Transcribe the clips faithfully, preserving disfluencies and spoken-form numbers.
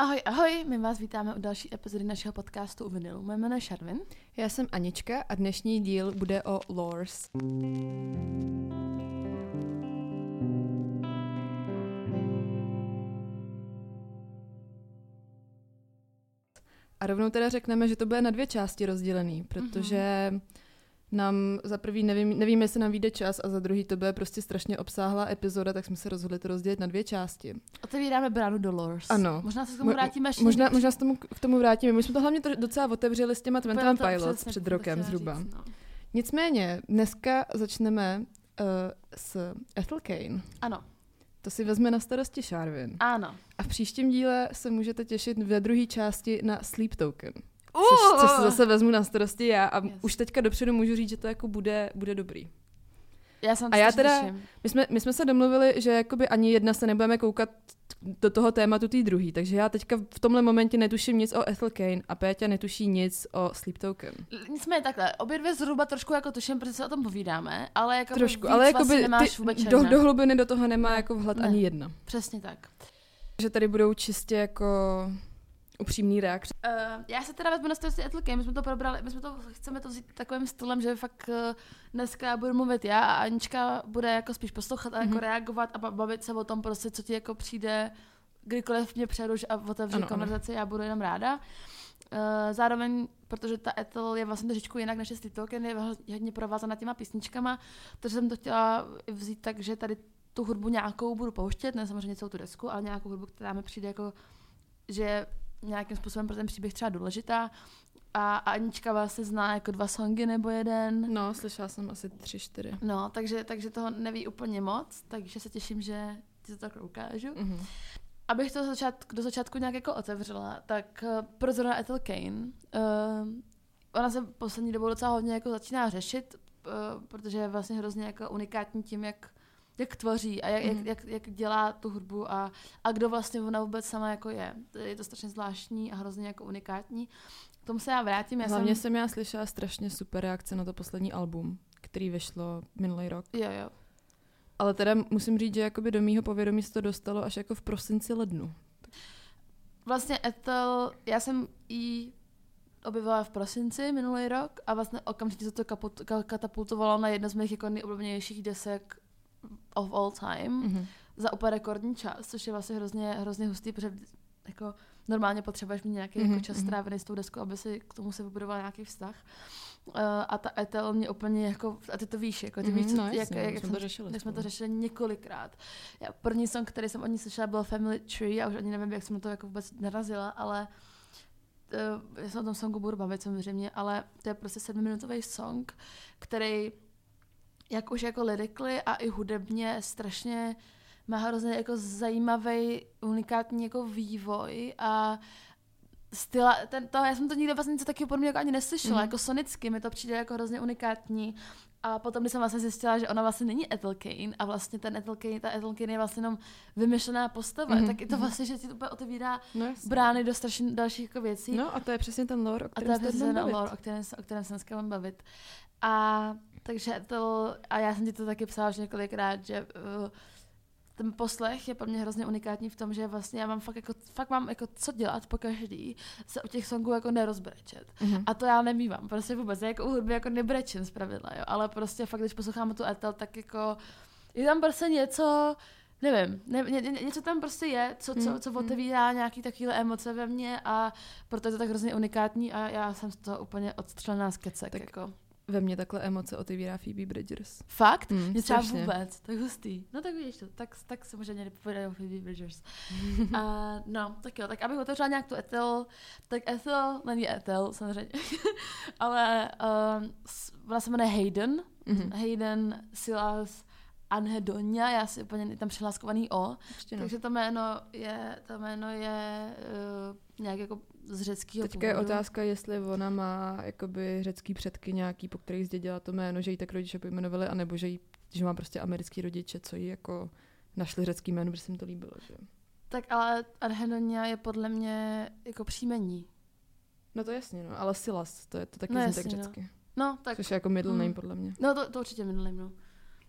Ahoj, ahoj, my vás vítáme u další epizody našeho podcastu u vinilu. Moje jméno je Šarvin. Já jsem Anička a dnešní díl bude o lores. A rovnou teda řekneme, že to bude na dvě části rozdělený, protože mm-hmm. nám za prvý nevím, nevím, jestli nám vyjde čas a za druhý to bude prostě strašně obsáhlá epizoda, tak jsme se rozhodli to rozdělit na dvě části. Otevíráme bránu do lores. Ano. Možná se k tomu vrátíme ještě. Možná, možná se tomu, k tomu vrátíme. My jsme to hlavně to docela otevřeli s těma Twenty One Pilots před rokem zhruba. Říct, no. Nicméně, dneska začneme uh, s Ethel Cain. Ano. To si vezme na starosti Šarvin. Ano. A v příštím díle se můžete těšit ve druhé části na Sleep Token. Uh! Což, což se zase vezmu na starosti já a yes. už teďka dopředu můžu říct, že to jako bude, bude dobrý. Já jsem a já teda, my jsme, my jsme se domluvili, že jakoby ani jedna se nebudeme koukat do toho tématu té druhý, takže já teďka v tomhle momentě netuším nic o Ethel Cain a Péťa netuší nic o Sleep Token. Nicméně takhle, obě dvě zhruba trošku jako tuším, protože se o tom povídáme, ale jako trošku, víc ale jako vlastně by nemáš ty, vůbec do, do hlubiny do toho nemá ne, jako vhled ne. ani jedna. Přesně tak. Takže tady budou čistě jako upřímný reakce. Uh, já se teda vezmu na starosti Ethel Cain, my jsme to probrali, my jsme to, chceme to vzít takovým stylem, že fakt uh, dneska budu mluvit já a Anička bude jako spíš poslouchat a mm-hmm. jako reagovat a bavit se o tom prostě, co ti jako přijde, kdykoliv mě přeruš a otevře konverzaci, já budu jenom ráda. Uh, zároveň, protože ta Ethel je vlastně trošičku jinak než Sleep Token, je hodně provázaná těma písničkama, takže jsem to chtěla vzít tak, že tady tu hudbu nějakou budu pouštět, ne samozřejmě celou tu desku, ale nějakou hudbu, která mi přijde jako, že nějakým způsobem pro ten příběh třeba důležitá. A Anička vlastně zná jako dva songy nebo jeden. No, slyšela jsem asi tři, čtyři. No, takže, takže toho neví úplně moc, takže se těším, že ti to takhle ukážu. Mm-hmm. Abych to začátku, do začátku nějak jako otevřela, tak uh, prozorná Ethel Cain, uh, ona se poslední dobou docela hodně jako začíná řešit, uh, protože je vlastně hrozně jako unikátní tím, jak jak tvoří a jak, mm. jak, jak, jak dělá tu hudbu a, a kdo vlastně ona vůbec sama jako je. Je to strašně zvláštní a hrozně jako unikátní. K tomu se já vrátím. Já Hlavně jsem... jsem já slyšela strašně super reakce na to poslední album, který vyšlo minulý rok. Jo, jo. Ale teda musím říct, že jakoby do mýho povědomí se to dostalo až jako v prosinci lednu. Vlastně Ethel, já jsem jí objevila v prosinci minulý rok a vlastně okamžitě se to kaput, katapultovalo na jedno z mých jako nejoblíbenějších desek of all time, mm-hmm. za úplně rekordní čas, což je vlastně hrozně, hrozně hustý, protože jako normálně potřebuješ mít nějaký mm-hmm. jako čas strávený s tou deskou, aby si k tomu se vybudoval nějaký vztah. Uh, a ta Ethel mě úplně jako, a ty to víš, jako ty mm-hmm, víš, co, no, jak, jasně, jak, jak, jsme, jsme, to řešili, jak jsme to řešili několikrát. Já, první song, který jsem od ní slyšela, byl Family Tree, já už ani nevím, jak jsem na to jako vůbec narazila, ale uh, já se o tom songu budu bavit samozřejmě, ale to je prostě sedmiminutový song, který jak už jako lyrically a i hudebně strašně má hrozně jako zajímavý, unikátní jako vývoj a styla, ten, to, já jsem to nikdy vlastně něco takového podle mě jako ani neslyšela, mm. jako sonicky mi to přijde jako hrozně unikátní a potom, když jsem vlastně zjistila, že ona vlastně není Ethel Cain a vlastně ten Ethel Cain, ta Ethel Cain je vlastně jenom vymyšlená postava, mm. tak je to vlastně, že ti to úplně otevírá no, brány do strašně dalších jako věcí. No a to je přesně ten lore, o kterém se budeme bavit. Lore, o kterém, o kterém se dneska budeme bavit. A takže to, a já jsem ti to taky psala už několikrát, že uh, ten poslech je pro mě hrozně unikátní v tom, že vlastně já mám fakt jako, fakt mám jako co dělat po každý, se u těch songů jako nerozbrečet. Mm-hmm. A to já nemývám, prostě vůbec, já jako u hudby jako nebrečím zpravidla, jo, ale prostě fakt, když poslouchám tu Ethel, tak jako je tam prostě něco, nevím, ne, ně, ně, něco tam prostě je, co, co, co otevírá nějaký takovýhle emoce ve mně a proto je to tak hrozně unikátní a já jsem z toho úplně odstřelená z kecek, tak jako. Ve mně takhle emoce otevírá Phoebe Bridgers. Fakt? Mm, mě třeba vůbec. Tak hustý. No tak vidíš to. Tak, tak se může někdy povědět o Phoebe Bridgers. uh, no, tak jo. Tak abych otevřela nějak tu Ethel, tak Ethel, není Ethel samozřejmě, ale uh, ona se jmenuje Hayden. Mm-hmm. Hayden Silas Anhedonia, já si úplně tam přihlaskovaný O. Ještě takže to jméno je, to jméno je uh, nějak jako z řeckého Teďka původu. Je otázka, jestli ona má jakoby řecký předky nějaký, po kterých zdědila to jméno, že jí tak rodiče pojmenovali, anebo že, jí, že má prostě americký rodiče, co jí jako našli řecký jméno, protože se jim to líbilo. Že? Tak ale Anhedonia je podle mě jako příjmení. No to jasně, no, ale Silas, to je to taky no, zní jasně, tak řecky. No. No, tak. Což je jako middle name, hmm. podle mě. No to, to určitě middle name, no.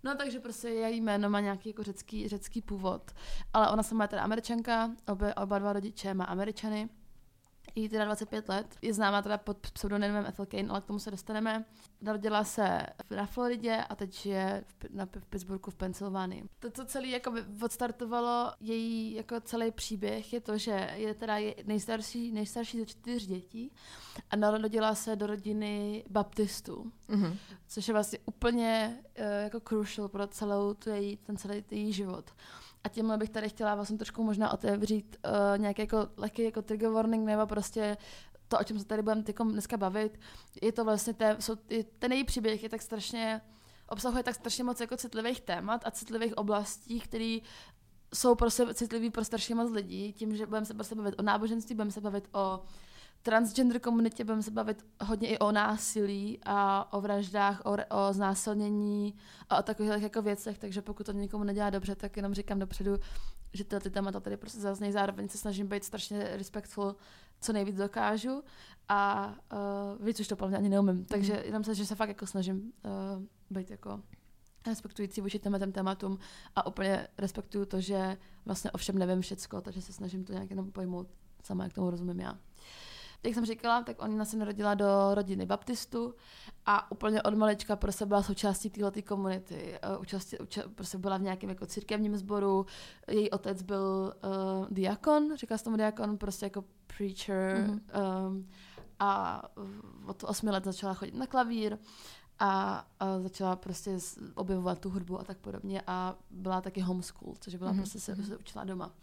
No takže prostě její jméno má nějaký jako řecký, řecký původ, ale ona sama je teda Američanka, oba, oba dva rodiče má Američany. Jí teda dvacet pět let, je známá teda pod pseudonymem Ethel Kane, ale k tomu se dostaneme. Narodila se na Floridě a teď je v, na, v Pittsburghu v Pensylvánii. To, co celý jako odstartovalo její jako celý příběh, je to, že je teda je nejstarší, nejstarší ze čtyř dětí a narodila se do rodiny baptistů, mm-hmm. což je vlastně úplně uh, jako crucial pro celou tu její, ten celý její život. A tímhle bych tady chtěla vlastně trošku možná otevřít uh, nějaký jako lehký jako trigger warning nebo prostě to, o čem se tady budeme dneska bavit. Je to vlastně, té, jsou, je, ten její příběh je tak strašně, obsahuje tak strašně moc jako citlivých témat a citlivých oblastí, které jsou prostě citlivý pro strašně moc lidí. Tím, že budeme se prostě bavit o náboženství, budeme se bavit o transgender komunitě, budeme se bavit hodně i o násilí a o vraždách, o, o znásilnění a o takových jako věcech, takže pokud to někomu nedělá dobře, tak jenom říkám dopředu, že tyhle ty témata tady prostě zaznějí, zároveň se snažím být strašně respectful, co nejvíc dokážu a uh, víc už to plně ani neumím, takže mm. jenom se, že se fakt jako snažím uh, být jako respektující vůči těm tématům a úplně respektuju to, že vlastně ovšem nevím všecko, takže se snažím to nějak jenom pojmout sama, jak tomu rozumím já. Jak jsem říkala, tak ona se narodila do rodiny baptistů a úplně od malička prostě byla součástí této komunity. Účastí, uča, prostě byla v nějakém jako církevním sboru. Její otec byl uh, diakon, říká se tomu diakon, prostě jako preacher. Mm-hmm. Um, a od osmi let začala chodit na klavír a, a začala prostě objevovat tu hudbu a tak podobně a byla taky homeschool, což byla mm-hmm. prostě se, se učila doma.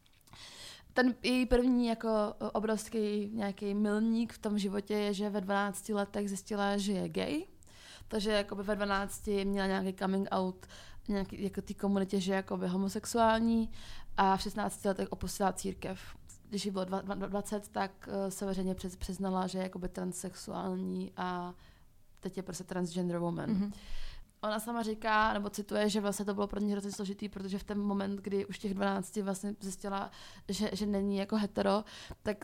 Ten její první jako obrovský nějaký milník v tom životě je, že ve dvanácti letech zjistila, že je gay. Takže jakoby ve dvanácti měla nějaký coming out nějaký, jako té komunitě, že je jakoby homosexuální a v šestnácti letech opustila církev. Když jí bylo dvacet, tak se veřejně přiznala, že je jakoby transsexuální a teď je prostě transgender woman. Mm-hmm. Ona sama říká, nebo cituje, že vlastně to bylo pro ní hrozně složitý, protože v ten moment, kdy už těch dvanácti vlastně zjistila, že, že není jako hetero, tak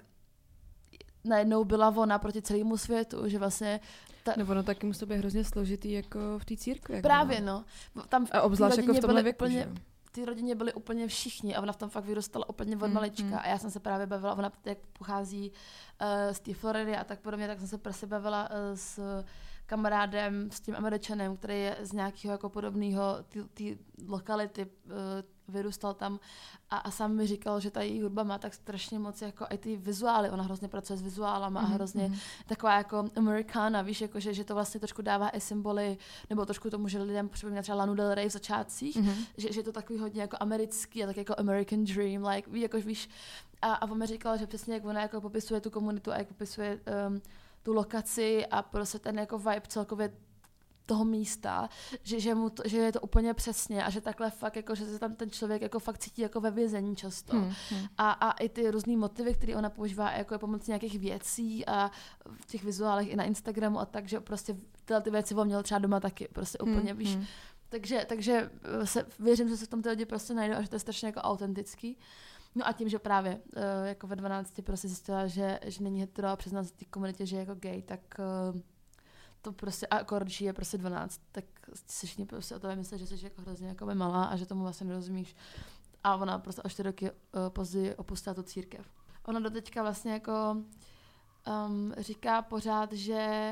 najednou byla ona proti celému světu, že vlastně... Ta... Nebo ono taky musí být hrozně složitý jako v té církvi. Právě, no. Tam a obzvlášť jako v tomhle věku, úplně, že? Ty rodině byly úplně všichni a ona v tom fakt vyrůstala úplně od malička. Mm, mm. A já jsem se právě bavila, ona jak pochází uh, z té Floridy a tak podobně, tak jsem se prostě bavila uh, s kamarádem, s tím Američanem, který je z nějakého jako podobného té lokality, uh, vyrůstal tam a, a sám mi říkal, že ta její hudba má tak strašně moc jako i ty vizuály, ona hrozně pracuje s vizuálama mm-hmm. a hrozně taková jako Americana, víš, jako že, že to vlastně trošku dává i symboly, nebo trošku tomu, že lidem připomíná třeba Lanu Del Rey v začátcích, mm-hmm. že, že je to takový hodně jako americký a tak jako American Dream, like, víš, jako víš, a, a on mi říkal, že přesně jak ona jako popisuje tu komunitu a jak popisuje um, tu lokaci a prostě ten jako vibe celkově toho místa, že, že, mu to, že je to úplně přesně a že takhle fakt, jako, že se tam ten člověk jako fakt cítí jako ve vězení často. Hmm, hmm. A, a i ty různý motivy, které ona používá jako pomocí nějakých věcí a v těch vizuálech i na Instagramu a tak, že prostě tyhle ty věci on měl třeba doma taky, prostě úplně, hmm, víš. Hmm. Takže, takže se, věřím, že se v tom ty lidi prostě najdou a že to je strašně jako autentický. No a tím, že právě uh, jako ve dvanácti prostě zjistila, že, že není hetero a přiznala se té komunitě, že je jako gay, tak uh, to prostě, a jako je prostě dvanáct, tak si všichni prostě o tobě myslí, že jsi jako hrozně jako malá a že tomu vlastně nerozumíš. A ona prostě o čtyři roky uh, později opustila tu církev. Ona doteďka vlastně jako um, říká pořád, že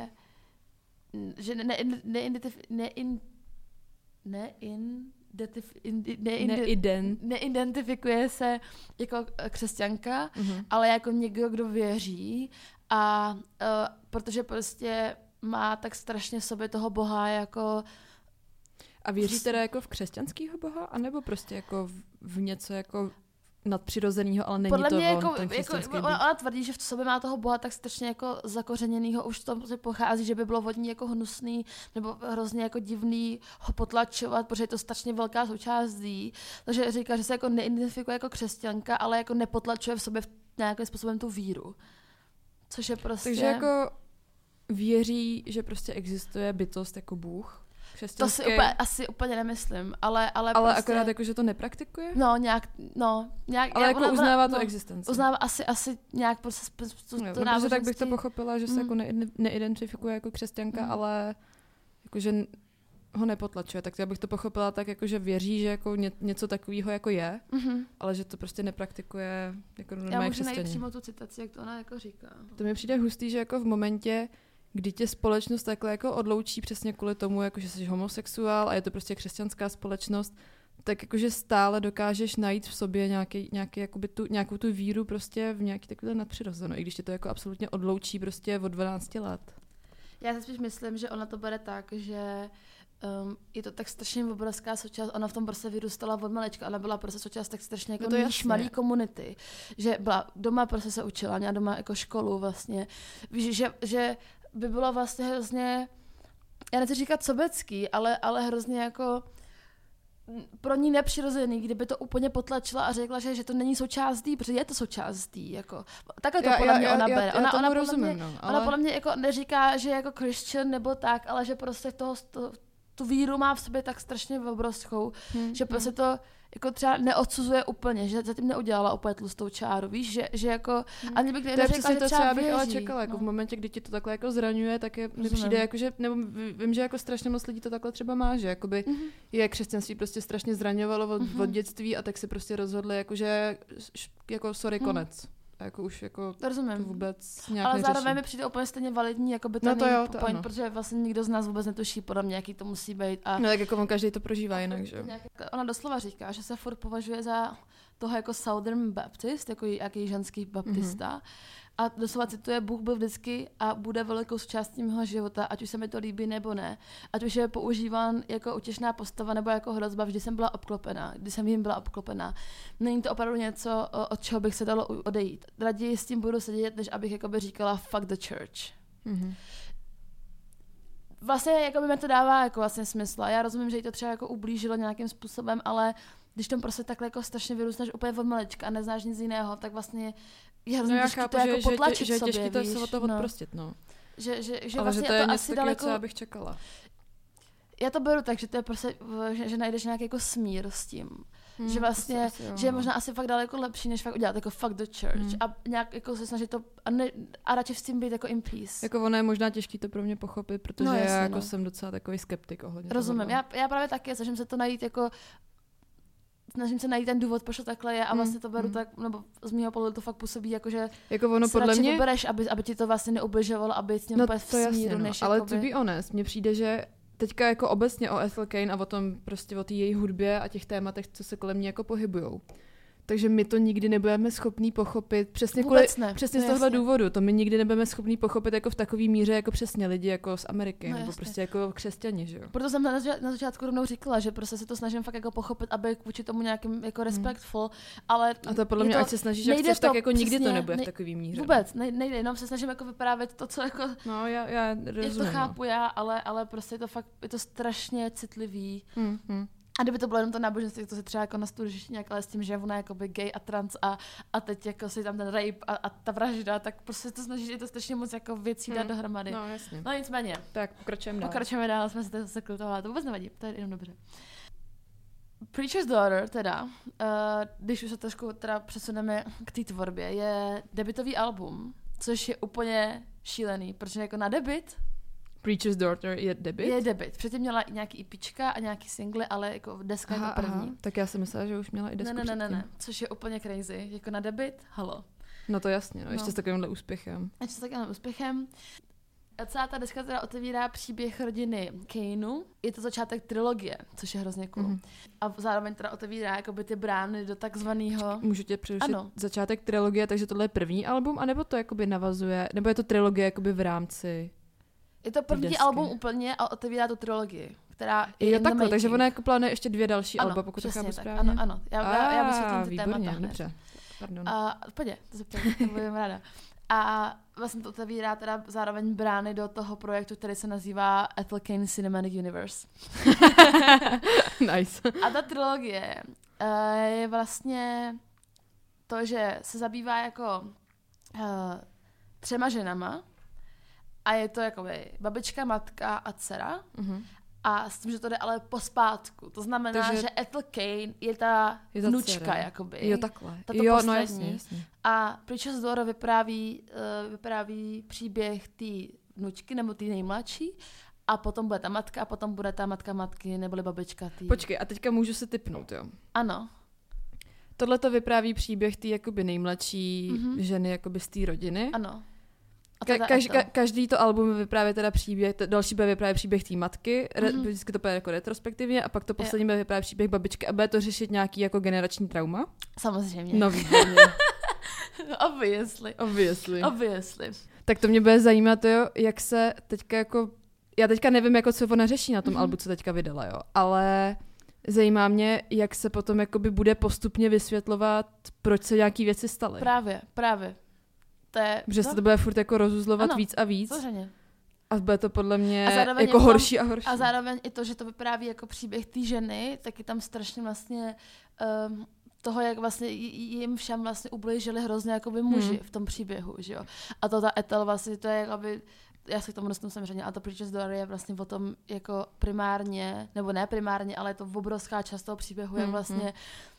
že ne, ne, ne, ne, ne, ne, Detif, indi, neinde, Neident. neidentifikuje se jako křesťanka, mm-hmm. ale jako někdo, kdo věří a uh, protože prostě má tak strašně v sobě toho Boha jako... A věří teda jako v křesťanskýho Boha, anebo prostě jako v, v něco jako nadpřirozenýho, ale není podle to mě on, jako, ten křesťanský jako, ona, ona tvrdí, že v sobě má toho Boha tak strašně jako zakořeněnýho, už to pochází, že by bylo vodní jako hnusný nebo hrozně jako divný ho potlačovat, protože je to strašně velká součást jí. Takže říká, že se jako neidentifikuje jako křesťanka, ale jako nepotlačuje v sobě nějakým způsobem tu víru. Což je prostě... Takže jako věří, že prostě existuje bytost jako Bůh. To si úplně, asi úplně nemyslím, ale ale, ale prostě, akorát jako, že to nepraktikuje? No, nějak, no, nějak... Ale já, jako ona, uznává no, tu existenci. Uznává asi, asi nějak prostě to, no, to no, tak bych to pochopila, že se mm. jako ne, neidentifikuje jako křesťanka, mm. ale jakože ho nepotlačuje, tak já bych to pochopila tak, jako, že věří, že jako ně, něco takového jako je, mm-hmm. ale že to prostě nepraktikuje jako normálně Já můžu křesťané. najít přímo tu citaci, jak to ona jako říká. To mi přijde hustý, že jako v momentě, kdy tě společnost takhle jako odloučí přesně kvůli tomu, jako že jsi homosexuál a je to prostě křesťanská společnost, tak jakože stále dokážeš najít v sobě nějaký, nějaký, jakoby tu, nějakou tu víru prostě v nějaký takový nadpřirozeno, i když tě to jako absolutně odloučí prostě od dvanácti let. Já si spíš myslím, že ona to bere tak, že um, je to tak strašně obrovská součást, ona v tom prostě vyrůstala od malečka, ona byla prostě součást tak strašně jako no níž malý komunity, že byla doma prostě se učila, měla doma jako školu vlastně, víš, že, že by bylo vlastně hrozně, já nechci říkat sobecký, ale, ale hrozně jako pro ní nepřirozený, kdyby to úplně potlačila a řekla, že, že to není součást tý, protože je to součást tý, jako. Takhle to já, podle já, mě já, ona já, bere. Já, ona, já ona, rozumím, podle mě, no, ale... ona podle mě jako neříká, že je jako Christian nebo tak, ale že prostě toho, to, tu víru má v sobě tak strašně obrovskou, hmm, že prostě hmm. to jako třeba neodsuzuje úplně, že zatím neudělala úplně tlustou čáru, víš, že, že jako hmm. ani bych neřekla, to je přesně že to, co třeba já bych věří, ale čekala, jako no. v momentě, kdy ti to takhle jako zraňuje, tak je, mi přijde jako, že, nebo vím, že jako strašně moc lidí to takhle třeba má, že jakoby mm-hmm. je křesťanství prostě strašně zraňovalo od, mm-hmm. od dětství a tak se prostě rozhodli, jakože jako sorry, mm. konec. A jako už jako rozumím. To vůbec nějak ale neřeší. zároveň mi přijde úplně stejně validní, jako by ten no to jo, to point, ano. protože vlastně nikdo z nás vůbec netuší podle mě, jaký to musí být. A no tak jako on každý to prožívá jinak, že jo. Ona doslova říká, že se furt považuje za toho jako Southern Baptist, jako jaký ženský baptista. Mm-hmm. A doslova cituje, Bůh byl vždycky a bude velikou součástí mého života, ať už se mi to líbí nebo ne. Ať už je používán jako utěšná postava nebo jako hrozba, vždy jsem byla obklopená, kdy jsem jim byla obklopená. Není to opravdu něco, od čeho bych se dalo odejít. Raději s tím budu sedět, než abych jakoby říkala fuck the church. Mm-hmm. Vlastně jako by mi to dává jako vlastně smysl. Já rozumím, že jí to třeba jako ublížilo nějakým způsobem, ale když tam prostě takhle jako strašně vyrůstáš úplně od malečka a neznáš nic jiného, tak vlastně je hrozně no těžké chápu, to jako že, potlačit že, že sobě, těžký to víš, se od toho no. odprostit, no. Že, že, že ale vlastně že to je, je něco asi takového, daleko... co já bych čekala. Já to beru tak, že to je prostě, že, že najdeš nějaký jako smír s tím. Hmm, že vlastně, asi, jo, že je no. možná asi fakt daleko lepší, než fakt udělat jako fuck the church hmm. a nějak jako se snažit to a, ne, a radši s tím být jako in peace. Jako ono je možná těžký to pro mě pochopit, protože no, jasně, já jako no. jsem docela takový skeptik ohledně rozumím, já, já právě taky, snažím se to najít jako snažím se najít ten důvod, proč to takhle je a vlastně to beru mm. tak, nebo z mýho pohledu to fakt působí jako, že jako ono se podle radši mě... vybereš, aby, aby ti to vlastně neubližovalo, aby s tím no, úplně v smíru, no, než ale jakoby... to be honest, mně přijde, že teďka jako obecně o Ethel Cain a o tom prostě o té její hudbě a těch tématech, co se kolem mě jako pohybujou. Takže my to nikdy nebudeme schopní pochopit přesně, kvůli, ne, přesně z tohohle důvodu. To my nikdy nebudeme schopní pochopit jako v takové míře jako přesně lidi jako z Ameriky, no, nebo jasně. prostě jako křesťani, že jo. Proto jsem na, na začátku rovnou říkala, že prostě se to snažím fakt jako pochopit, aby vůči tomu nějakým jako respectful, hmm. ale a to podle mě, to, ať se snažíš, jak chceš, to, tak jako přesně, nikdy to nebude nej, v takový míře. Vůbec, nej, nejde, jenom se snažím jako vyprávět to, co jako no, já, já rozumím, jak to chápu no. já, ale, ale prostě je to fakt, je to strašně citlivý. Hmm, hmm. A kdyby to bylo jenom to náboženství, to se třeba jako nastuduješ nějak, ale s tím, že ona je jakoby gay a trans a, a teď jako si tam ten rape a, a ta vražda, tak prostě to snažíš, je to strašně moc jako věcí dát hmm. dohromady. No jasně. No nicméně. Tak pokračujeme dál. Pokračujeme dál, jsme se to seklutovali, to vůbec nevadí, to je jenom dobře. Preacher's Daughter teda, uh, když už se trošku teda přesuneme k té tvorbě, je debutový album, což je úplně šílený, protože jako na debut Preacher's Daughter je debut? Je debut. Předtím měla nějaký EPčka a nějaký singly, ale jako deska aha, jako první. Aha. Tak já jsem myslela, že už měla i desku ne, ne, ne, předtím. ne, což je úplně crazy. Jako na debut, halo. No to jasně, no, ještě no. s takovýmhle úspěchem. Ještě s takovým úspěchem. A celá ta deska teda otevírá příběh rodiny Cainu. Je to začátek trilogie, což je hrozně cool. Mm-hmm. A zároveň teda otevírá jakoby ty brány do takzvaného... Můžu tě přerušit? Ano. Začátek trilogie, takže tohle je první album, anebo to jakoby navazuje, nebo je to trilogie jakoby v rámci... Je to první desky. album úplně a otevírá tu trilogii, která je jo, takhle, takže ona jako plánuje ještě dvě další ano, alba, pokud to chápu správně. Ano, ano, já, já, já vysvětlím ty výborně, témata hned. Dobře, pardon. A pojď, to se ptám, to budeme ráda. A vlastně to otevírá teda zároveň brány do toho projektu, který se nazývá Ethel Cain Cinematic Universe. Nice. A ta trilogie uh, je vlastně to, že se zabývá jako uh, třema ženama a je to jakoby babička, matka a dcera. Uh-huh. A s tím, že to jde ale pospátku. To znamená, Takže... že Ethel Cain je ta je vnučka, dcera. Jakoby. Jo, takhle. Tato jo, poslední. no jasně, jasně. A Preacher's Daughter vypráví, uh, vypráví příběh té vnučky, nebo té nejmladší. a potom bude ta matka a potom bude ta matka matky neboli babička tý. Počkej, a teďka můžu se tipnout, jo? Ano. Tohle to vypráví příběh té jakoby nejmladší mm-hmm. ženy jakoby z té rodiny. Ano. Ka- kaž, ka- každý to album vypráví teda příběh, t- další bude vyprávět příběh té matky, re- mm-hmm. vždycky to bude jako retrospektivně a pak to poslední bude vyprávět příběh babičky a bude to řešit nějaký jako generační trauma? Samozřejmě. No výborně. Obviously. Obviously. Obviously. Tak to mě bude zajímat, jo, jak se teďka jako, já teďka nevím, jako co ona řeší na tom mm-hmm. albu, co teďka vydala, jo, ale zajímá mě, jak se potom jakoby bude postupně vysvětlovat, proč se nějaký věci staly. Právě, právě. To je, Protože no? se to bude furt jako rozuzlovat ano, víc a víc. Samozřejmě. A bude to podle mě a jako horší a horší. A zároveň i to, že to vypráví jako příběh té ženy, tak je tam strašně vlastně um, toho, jak vlastně jim všem vlastně ublížili hrozně jakoby muži hmm. v tom příběhu, že jo. A to ta Ethel vlastně, to je jakoby, já se k tomu dostanu samozřejmě, a to Preacher's Daughter je vlastně o tom jako primárně, nebo ne primárně, ale je to obrovská část toho příběhu, jak vlastně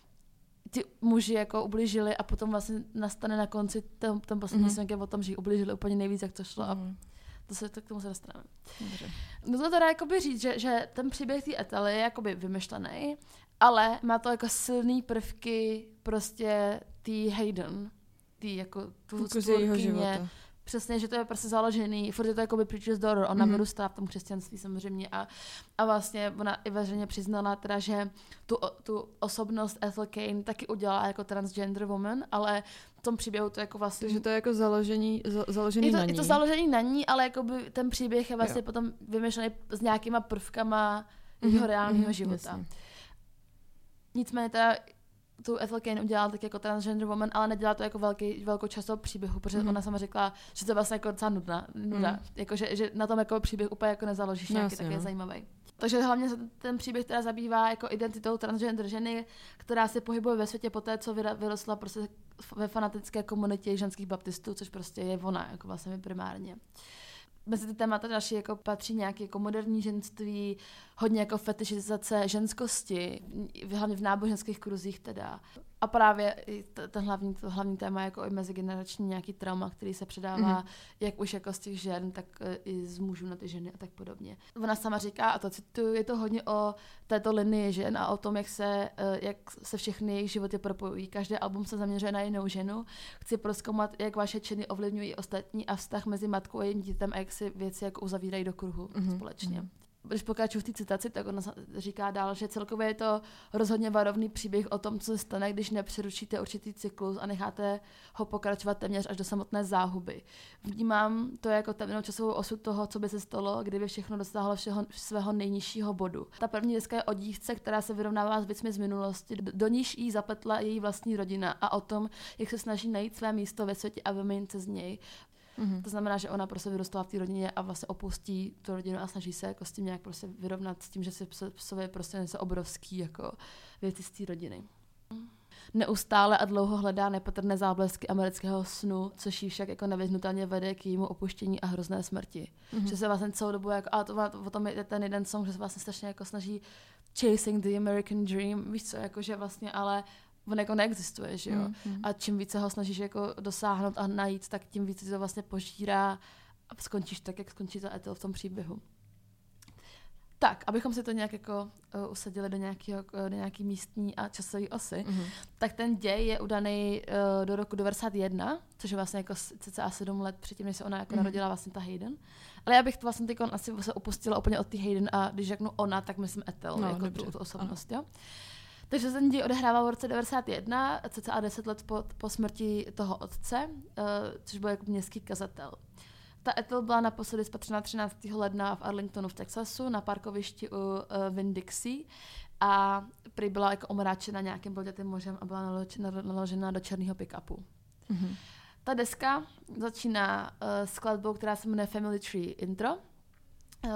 ti muži jako ublížili a potom vlastně nastane na konci ten, ten poslední mm-hmm. svěnk o tom, že ji ublížili úplně nejvíc, jak to šlo mm. a to se to k tomu se dostaneme. Dobře. No to teda jakoby říct, že, že ten příběh té Ethel je jakoby vymyšlený, ale má to jako silný prvky prostě tý Hayden, tý jako tu spolkyně. Přesně, že to je prostě založený, furt je to jako by Preacher's Daughter, ona mm-hmm. vyrůstá v tom křesťanství samozřejmě a, a vlastně ona i veřejně přiznala teda, že tu, tu osobnost Ethel Cain taky udělala jako transgender woman, ale v tom příběhu to jako vlastně... Takže to je jako založení, za, založený je to, na ní. Je to založený na ní, ale jako by ten příběh je vlastně jo. potom vymyšlený s nějakýma prvkama mm-hmm. jeho reálného mm-hmm. života. Jasně. Nicméně teda tu Ethel Cain udělala tak jako transgender woman, ale nedělá to jako velký, velkou část toho příběhu, protože mm. ona sama řekla, že to je vlastně jako docela nudná, nuda. Mm. Jako, že, že na tom jako příběh úplně jako nezaložíš no, nějaký, tak je zajímavý. Takže hlavně se ten příběh teda zabývá jako identitou transgender ženy, která se pohybuje ve světě poté, co vyrostla prostě ve fanatické komunitě ženských baptistů, což prostě je ona, jako vlastně primárně. Mezi ty témata další jako patří nějaké jako moderní ženství, hodně jako fetišizace ženskosti, hlavně v náboženských kruzích teda. A právě ten hlavní, to hlavní téma jako i mezigenerační nějaký trauma, který se předává mm-hmm. jak už jako z těch žen, tak i z mužů na ty ženy a tak podobně. Ona sama říká, a to cituju, je to hodně o této linii žen a o tom, jak se, jak se všechny jejich životy propojují. Každý album se zaměřuje na jinou ženu. Chci prozkoumat, jak vaše činy ovlivňují ostatní a vztah mezi matkou a jejím dítem a jak si věci jako uzavírají do kruhu mm-hmm. společně. Mm-hmm. Když pokračuju v té citaci, tak ona říká dál, že celkově je to rozhodně varovný příběh o tom, co se stane, když nepřerušíte určitý cyklus a necháte ho pokračovat téměř až do samotné záhuby. Vnímám to jako temnou časovou osu toho, co by se stalo, kdyby všechno dosáhlo všeho, svého nejnižšího bodu. Ta první deska je o dívce, která se vyrovnává s věcmi z minulosti, do níž jí zapletla její vlastní rodina a o tom, jak se snaží najít své místo ve světě a vyměnit se z něj. Mm-hmm. To znamená, že ona prostě vyrostla v té rodině a vlastně opustí tu rodinu a snaží se jako s tím nějak prostě vyrovnat s tím, že si v sobě prostě nese obrovský jako věci z té rodiny. Neustále a dlouho hledá nepatrné záblesky amerického snu, což jí však jako nevyhnutelně vede k jejímu opuštění a hrozné smrti. Mm-hmm. Že se vlastně celou dobu, jako, a to, o tom je ten jeden song, že se vlastně strašně jako snaží chasing the American dream, víš co, jako že vlastně, ale on jako neexistuje, že jo. Mm-hmm. A čím více ho snažíš jako dosáhnout a najít, tak tím více to vlastně požírá a skončíš tak, jak skončí ta Ethel v tom příběhu. Tak, abychom si to nějak jako uh, usadili do, nějakého, uh, do nějaký místní a časové osy, mm-hmm. tak ten děj je udaný uh, do roku devadesát jedna, což je vlastně jako cca sedm let předtím, než se ona jako mm-hmm. narodila vlastně ta Hayden. Ale já bych to vlastně teď asi se upustila úplně od té Hayden a když řeknu ona, tak myslím Ethel, no, jako tu, tu osobnost, ano. Jo. Takže ten děj odehrává v roce devadesát jedna, cca deset let po, po smrti toho otce, uh, což byl jako městský kazatel. Ta Ethel byla naposledy spatřena třináctého ledna v Arlingtonu v Texasu na parkovišti u uh, Winn-Dixie a prý byla jako omráčena nějakým bldětým mořem a byla naložena, naložena do černého pick-upu. Mm-hmm. Ta deska začíná uh, skladbou, která se jmenuje Family Tree Intro. Uh,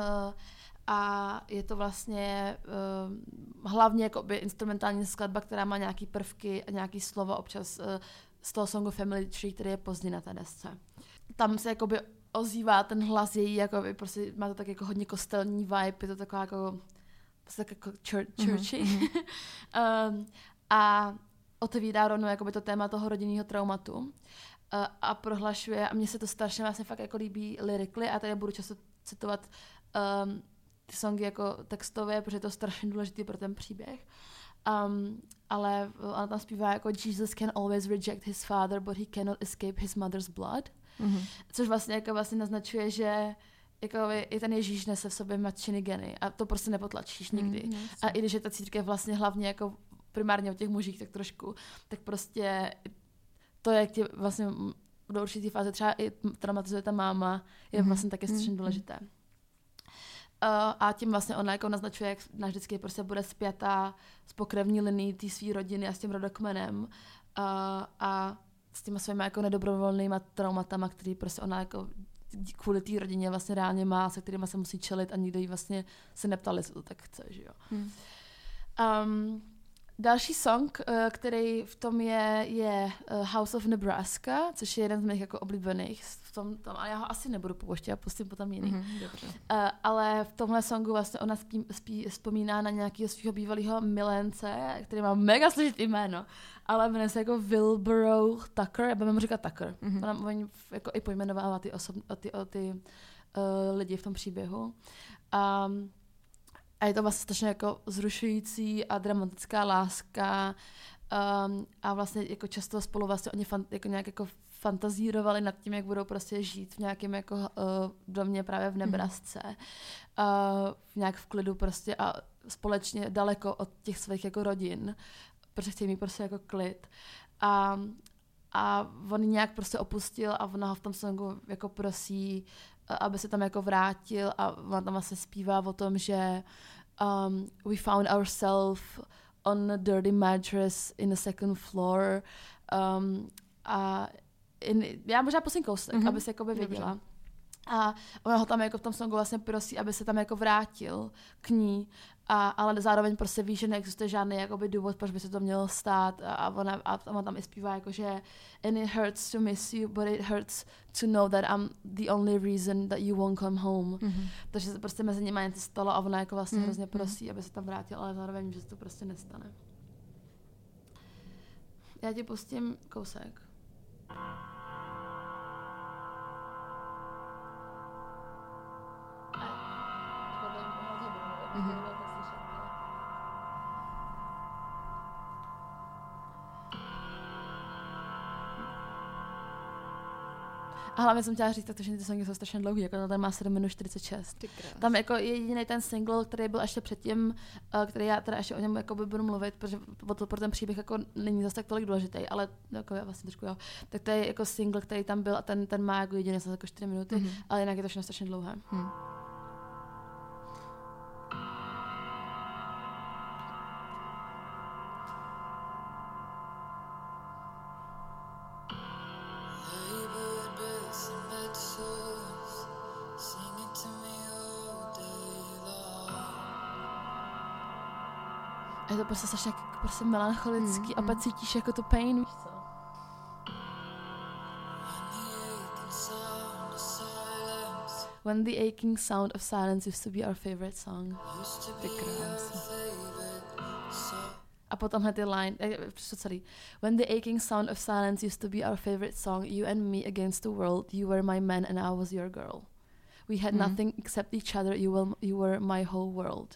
A je to vlastně uh, hlavně jakoby instrumentální skladba, která má nějaký prvky a nějaký slova občas uh, z toho songu Family Tree, který je pozdě na té desce. Tam se jakoby ozývá ten hlas její, jakoby, prostě má to tak jako hodně kostelní vibe, je to taková jako, prostě tak jako church, churchy. Mm-hmm. um, a otevírá rovnou jakoby to téma toho rodinného traumatu uh, a prohlašuje, a mně se to strašně vlastně fakt jako líbí lyrically a tady budu často citovat um, ty songy jako textově, protože je to strašně důležitý pro ten příběh. Um, ale ona tam zpívá jako Jesus can always reject his father, but he cannot escape his mother's blood. Mm-hmm. Což vlastně jako vlastně naznačuje, že jako i ten Ježíš nese v sobě matčiny geny a to prostě nepotlačíš nikdy. Mm, a i když je ta církev vlastně hlavně jako primárně o těch mužích tak trošku, tak prostě to, jak tě vlastně do určitý fáze třeba i traumatizuje ta máma, je mm-hmm. vlastně taky strašně důležité. Uh, a tím vlastně ona jako naznačuje, jak vždycky prostě bude spjatá s pokrevní linií té své rodiny a s tím rodokmenem uh, a s těma svými jako nedobrovolnýma traumatama, který prostě ona jako kvůli té rodině vlastně reálně má, se kterýma se musí čelit a nikdo jí vlastně se neptali, co to tak chce, že jo. Hmm. Um, další song, který v tom je, je House of Nebraska, což je jeden z mých jako oblíbených v tom, tom a já ho asi nebudu pouštět, já pustím potom jiný. Mm-hmm, dobře. Uh, ale v tomhle songu vlastně ona spí, spí, vzpomíná na nějakého svého bývalého milence, který má mega složitý jméno, ale jmenuje se jako Wilbur Tucker, já budeme mu říkat Tucker. Mm-hmm. Ona oni jako i pojmenovává ty, osob, ty, ty uh, lidi v tom příběhu. Um, A je to vlastně strašně jako zrušující a dramatická láska um, a vlastně jako často spolu vlastně oni fan, jako nějak jako fantazírovali nad tím, jak budou prostě žít v nějakém jako uh, domě právě v Nebrasce. Mm. Uh, nějak v klidu prostě a společně daleko od těch svých jako rodin, protože chtějí mít prostě jako klid. A, a on nějak prostě opustil a ona ho v tom songu jako prosí, aby se tam jako vrátil a ona tam vlastně zpívá o tom, že um, we found ourselves on a dirty mattress in the second floor um, a in, já možná pustím kousek, mm-hmm. aby se jako by věděla. Dobře. A ona ho tam jako v tom songu vlastně prosí, aby se tam jako vrátil k ní, a, ale zároveň prostě ví, že neexistuje žádný jakoby důvod, proč by se to mělo stát a, a, ona, a ona tam i zpívá jako, že and it hurts to miss you, but it hurts to know that I'm the only reason that you won't come home. Mm-hmm. Takže se prostě mezi nimi něco stalo a ona jako vlastně mm-hmm. hrozně prosí, aby se tam vrátil, ale zároveň ví, že se to prostě nestane. Já ti pustím kousek. Mm-hmm. A hlavně jsem chtěla říct, protože ty songy jsou strašně dlouhý, jako ten má sedm minut čtyřicet šest. Tam jako jediný ten single, který byl ještě předtím, který já teda ještě o něm jako by budu mluvit, protože pro ten příběh jako není zase tak tolik důležitý, ale jako já vlastně trošku jo. Tak to je jako single, který tam byl a ten, ten má jako jediný zase jako čtyři minuty, mm-hmm. ale jinak je to všechno strašně dlouhé. Hmm. A je to prostě strašně prostě melancholický mm, a pak cítíš jako to pain, víš co? When the aching sound of silence used to be our favorite song. Ty krásný. A potom hned ty line, eh, sorry. When the aching sound of silence used to be our favorite song, you and me against the world, you were my man and I was your girl. We had mm. nothing except each other, you were, you were my whole world.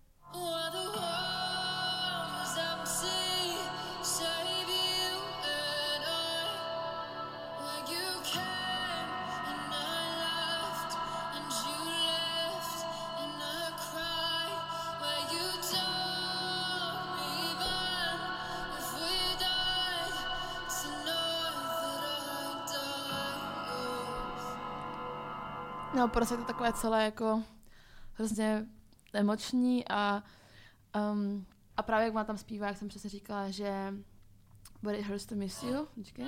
No, prostě to takové celé jako hrozně emoční a, um, a právě jak má tam zpívá, jak jsem přesně říkala, že but it hurts to miss you. Počkej.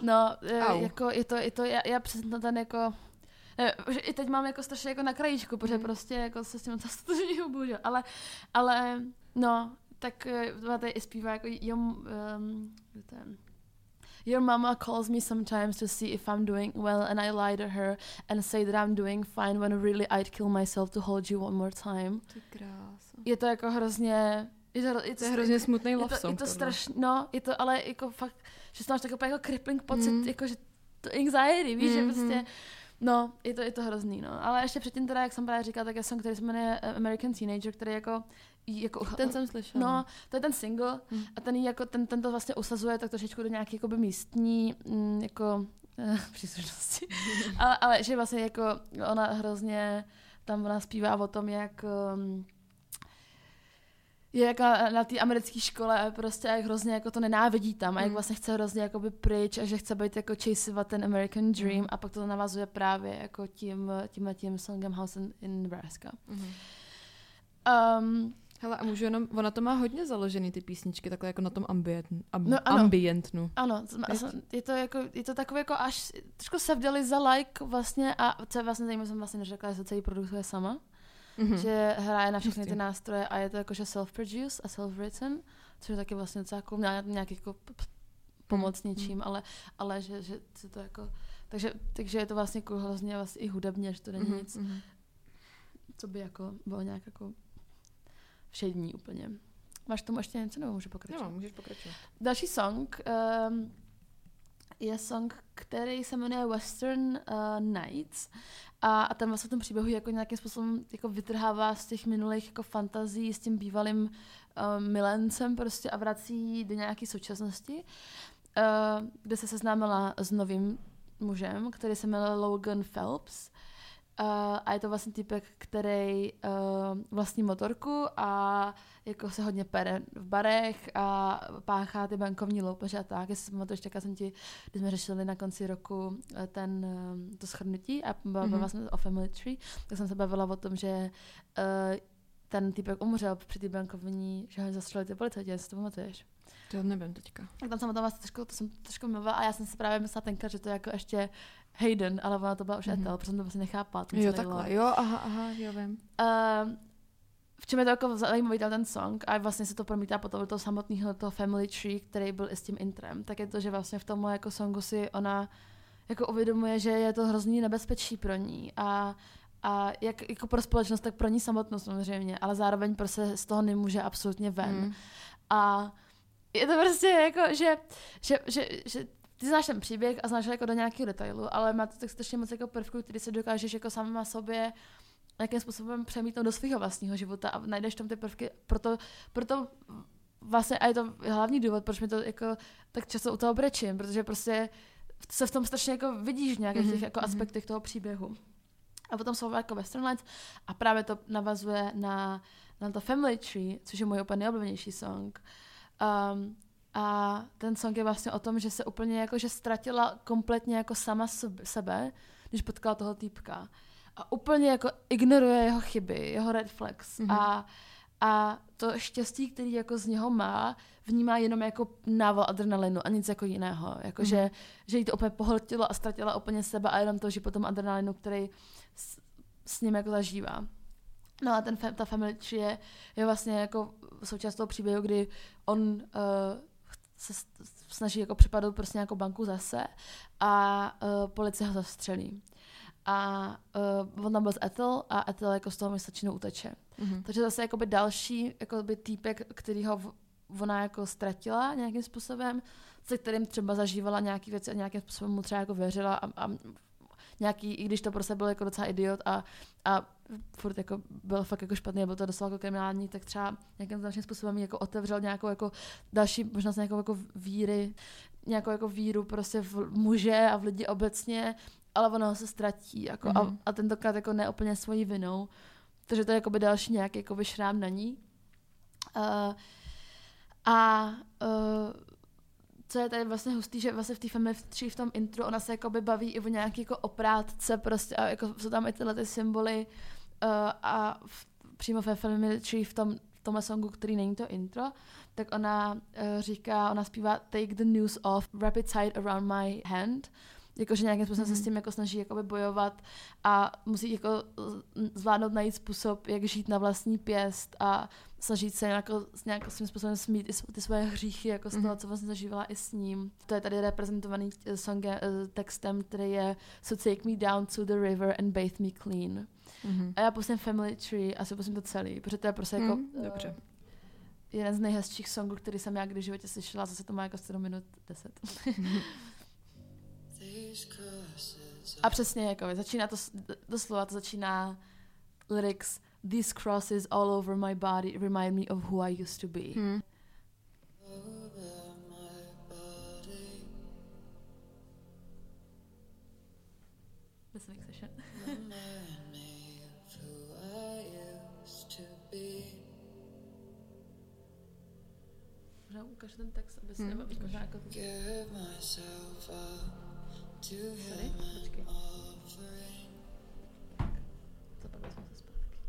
No, Au. jako je to, je to já, já přesně ten jako, ne, že i teď mám jako strašně jako na krajíčku, protože mm. prostě jako se s tím zastožňuju, bohužel, ale, ale no, tak tady i zpívá jako jom, um, Your mama calls me sometimes to see if I'm doing well and I lie to her and say that I'm doing fine when really I'd kill myself to hold you one more time. Ty krása. Je to jako hrozně... Je to, je to, to je hrozně smutný love je to, song. Je to strašně, no, je to ale jako fakt, že to máš takový jako crippling pocit, mm. jako že to anxiety, víš, mm-hmm. že prostě, no, je to, je to hrozný, no. Ale ještě předtím teda, jak jsem právě říkala, tak je song, který se jmenuje American Teenager, který jako Jako, ten jsem slyšela. No, to je ten single hmm. a ten, jako, ten, ten to vlastně usazuje tak trošičku do nějaké jakoby místní mm, jako eh, příslušnosti. ale, ale že vlastně jako ona hrozně tam ona zpívá o tom, jak um, je jako na té americké škole prostě jak hrozně jako to nenávidí tam a jak vlastně chce hrozně jakoby pryč a že chce být jako chaseovat ten American Dream mm. a pak to navazuje právě jako tím, tímhle tím songem House in, in Nebraska. Mm. Um, Hele, a můžu jenom, ona to má hodně založený ty písničky, takhle jako na tom ambient, ab, no, ano. ambientnu. Ano, je to, jako, je to takové jako až, trošku se vdali za like vlastně a co je vlastně zajímavé, jsem vlastně neřekla, že to celý produkuje sama, mm-hmm. že hraje na všechny ty nástroje a je to jakože self-produced a self-written, což je taky vlastně docela jako nějaký jako pomoc mm. něčím, ale, ale že, že se to jako, takže, takže je to vlastně jako hrozně vlastně i hudebně, že to není mm-hmm. nic, co by jako bylo nějak jako všední úplně. Máš tomu ještě něco, nebo můžu pokračovat? Jo, můžeš pokračovat. Další song um, je song, který se jmenuje Western uh, Nights a, a ten vlastně v tom příběhu jako nějakým způsobem jako vytrhává z těch minulých jako fantazí s tím bývalým uh, milencem prostě a vrací do nějaké současnosti, uh, kde se seznámila s novým mužem, který se jmenuje Logan Phelps. Uh, a je to vlastně týpek, který uh, vlastní motorku a jako se hodně pere v barech a páchá ty bankovní loupeže a tak. Jestli si pamatuješ, tak jsem ti, když jsme řešili na konci roku ten, uh, to shrnutí a bavila mm-hmm. jsme o Family Tree, tak jsem se bavila o tom, že uh, ten týpek umřel při té bankovní, že ho zastřelili ty policajti, jestli to pamatuješ. To nevím teďka. Tak tam jsem o tom vlastně trošku, to jsem trošku mluvila a já jsem si právě myslela tenkrát, že to je jako ještě Hayden, ale ona to byla už mm-hmm. Ethel, protože jsem to vlastně nechápala. Jo, takhle, jo, aha, aha, jo, vím. Uh, v čem je to jako zajímavý ten song a vlastně se to promítá potom do toho samotného toho Family Tree, který byl i s tím intrem, tak je to, že vlastně v tom jako songu si ona jako uvědomuje, že je to hrozný nebezpečí pro ní a a jak jako pro společnost, tak pro ní samotnou samozřejmě, ale zároveň prostě z toho nemůže absolutně ven. Mm. A je to prostě jako, že, že, že, že ty znáš ten příběh a znáš jako do nějakého detailu, ale má to tak strašně moc jako prvků, který si dokážeš jako sama sobě nějakým způsobem přemítnout do svého vlastního života a najdeš tam ty prvky, proto, proto vlastně a je to hlavní důvod, proč mi to jako tak často u toho brečím, protože prostě se v tom strašně jako vidíš v nějakých mm-hmm. těch jako aspektech toho příběhu. A potom jsou jako Western Lights a právě to navazuje na, na to Family Tree, což je můj úplně nejoblíbenější song. Um, a ten song je vlastně o tom, že se úplně jako, že ztratila kompletně jako sama sebe, když potkala toho týpka. A úplně jako ignoruje jeho chyby, jeho red flags. Mm-hmm. A, a to štěstí, který jako z něho má, vnímá jenom jako nával adrenalinu a nic jako jiného. Jako, mm-hmm. že, že jí to úplně pohltilo a ztratila úplně sebe a jenom to, že potom adrenalinu, který s, s ním jako zažívá. No a ten, ta Family Tree je, je vlastně jako součást toho příběhu, kdy on uh, se snaží jako připadnout prostě nějakou banku zase a uh, policie ho zastřelí. A uh, on tam byl s Ethel a Ethel jako z toho měsíčinu uteče. Mm-hmm. Takže zase jakoby další jakoby týpek, který ho v, ona jako ztratila nějakým způsobem, se kterým třeba zažívala nějaké věci a nějakým způsobem mu třeba jako věřila a, a nějaký, i když to prostě byl jako docela idiot a, a furt jako byl fakt jako špatný, byl to doslova jako kriminální, tak třeba nějakým dalším způsobem jako otevřel nějakou jako další možnost nějakou jako víry, nějakou jako víru prostě v muže a v lidi obecně, ale ono se ztratí jako mm-hmm. a, a tentokrát jako ne úplně svojí vinou, takže to je jakoby další nějaký jakoby šrám na ní. Uh, a uh, co je tady vlastně hustý, že vlastně v té Family Tree v tom intru ona se jakoby baví i o nějaký jako oprátce prostě a jako jsou tam i tyhle ty symboly uh, a v, přímo ve Family Tree v tom, tomhle songu, který není to intro, tak ona uh, říká, ona zpívá Take the news off, wrap it tight around my hand, jakože nějakým způsobem mm-hmm. se s tím jako snaží jakoby bojovat a musí jako zvládnout najít způsob, jak žít na vlastní pěst a snažit se nějako, nějakým svým způsobem smít i ty svoje hříchy, jako z toho, mm-hmm. co vlastně zažívala i s ním. To je tady reprezentovaný songem, textem, který je So take me down to the river and bathe me clean. Mm-hmm. A já pustím Family Tree a si pustím to celý, protože to je prostě jako mm, dobře. jeden z nejhezčích songů, který jsem já kdy v životě slyšela, zase to má jako sedm minut deset. A přesně, jako začíná to, doslova to začíná lyrics These crosses all over my body remind me of who I used to be. Hmm. Listening session. Možná ukáž ten text, aby si hmm. nebo možná jako ty... Sorry, počkej. Zapadli jsme se zpátky.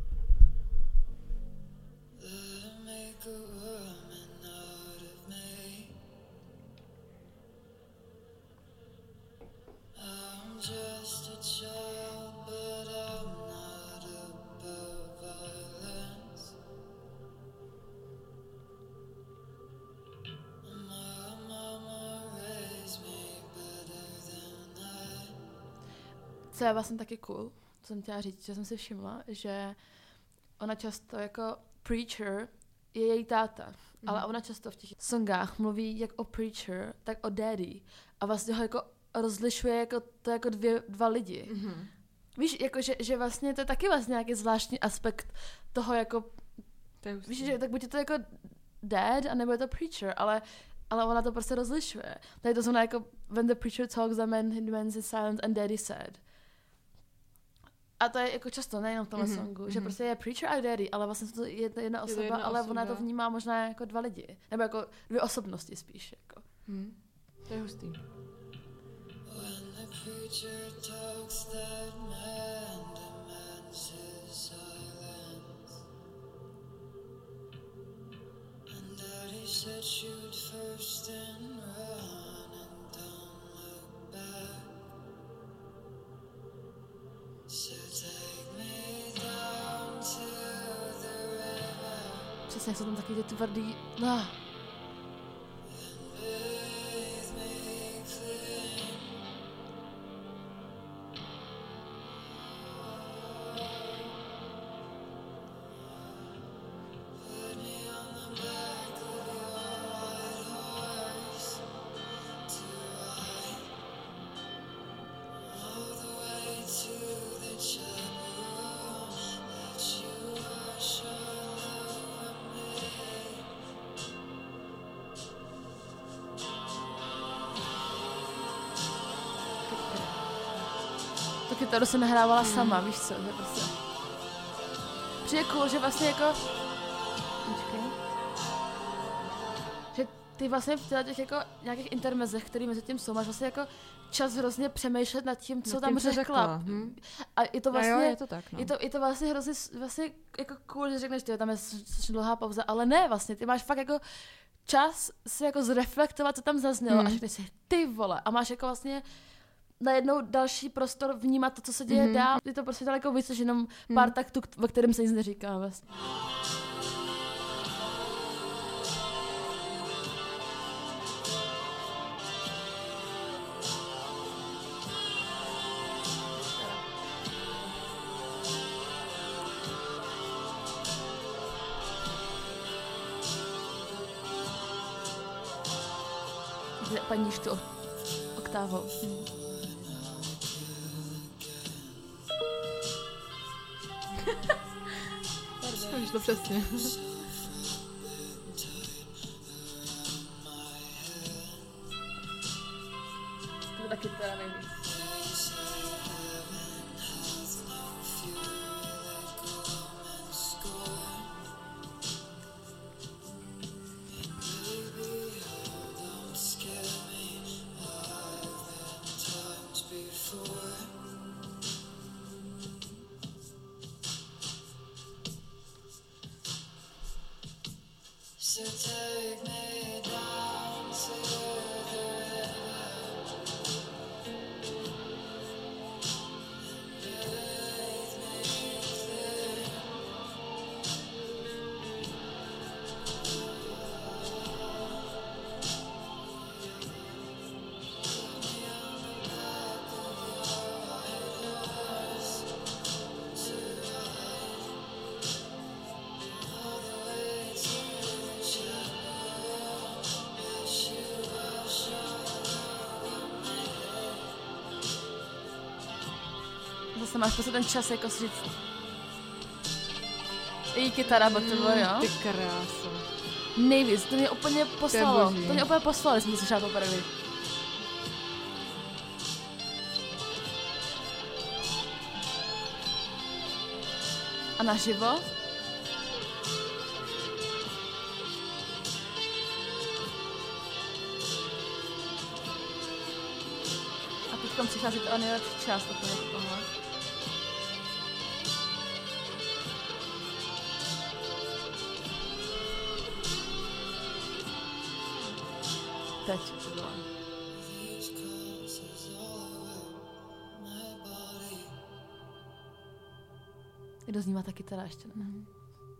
Co je vlastně taky cool, co jsem chtěla říct, že jsem si všimla, že ona často jako preacher je její táta, mm. ale ona často v těch songách mluví jak o preacher, tak o daddy a vlastně ho jako rozlišuje jako to jako dvě, dva lidi. Mm. Víš, jako že, že vlastně to je taky vlastně nějaký zvláštní aspekt toho jako, víš, že tak buď je to jako dad, anebo je to preacher, ale ale ona to prostě rozlišuje. Tady to znamená jako when the preacher talks, the man demands his silence and daddy said. A to je jako často, nejenom v tomhle mm-hmm. songu, mm-hmm. že prostě je preacher a daddy, ale vlastně to je jedna osoba, je jedna ale osoba. Ona to vnímá možná jako dva lidi. Nebo jako dvě osobnosti spíš. Jako. Mm. To je hustý. When the preacher talks, that man demands his silence. And daddy said shoot first and run and don't look back. Přesně, jak jsou tam taky ty tvrdý... No. Kytaru se nahrávala hmm. sama, víš co, že prostě. Přijde cool, že vlastně jako... Počkej. Že ty vlastně v těch jako nějakých intermezech, který mezi tím jsou, máš vlastně jako čas hrozně přemýšlet nad tím, co nad tam tím, řekla. řekla. Hmm. A je to vlastně... Jo, je to tak, no. Je to, je to vlastně hrozně vlastně jako cool, že řekneš, že tam je strašně dlouhá pauza, ale ne vlastně, ty máš fakt jako čas si jako zreflektovat, co tam zaznělo hmm. a řekneš si, ty vole, a máš jako vlastně najednou další prostor vnímat to, co se děje mm-hmm. dál. Je to prostě daleko víc, že jenom pár mm. taktů, ve kterém se nic neříká vlastně. Paníš tu oktávou. Hmm. Víš to přesně. To taky teda nejvíc. Zase máš prostě ten čas jako si říct. I kytara, bo to bylo, jo? Ty krása. Nejvíc, to mě úplně poslalo. To, to mě úplně poslalo, jsem to slyšela poprvé. A naživo? A teďkom přichází to nejlepší část úplně po tomhle. Teď to bylo. I doznívá ta kytara ještě, ne? Mm.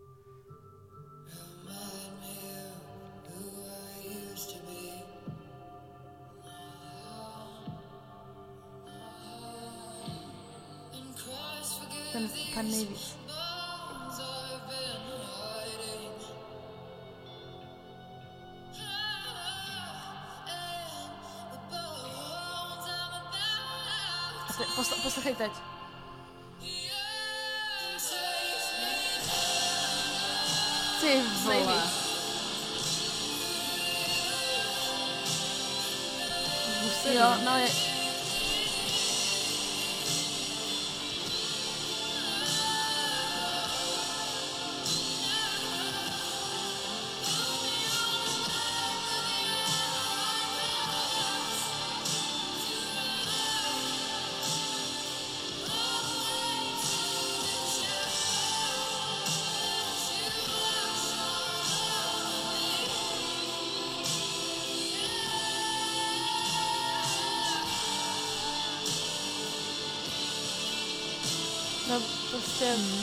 Ten, ten nejvíc. A te, posl, poslouchej teď. Ty vole. Jo, no je... No prostě... Hmm.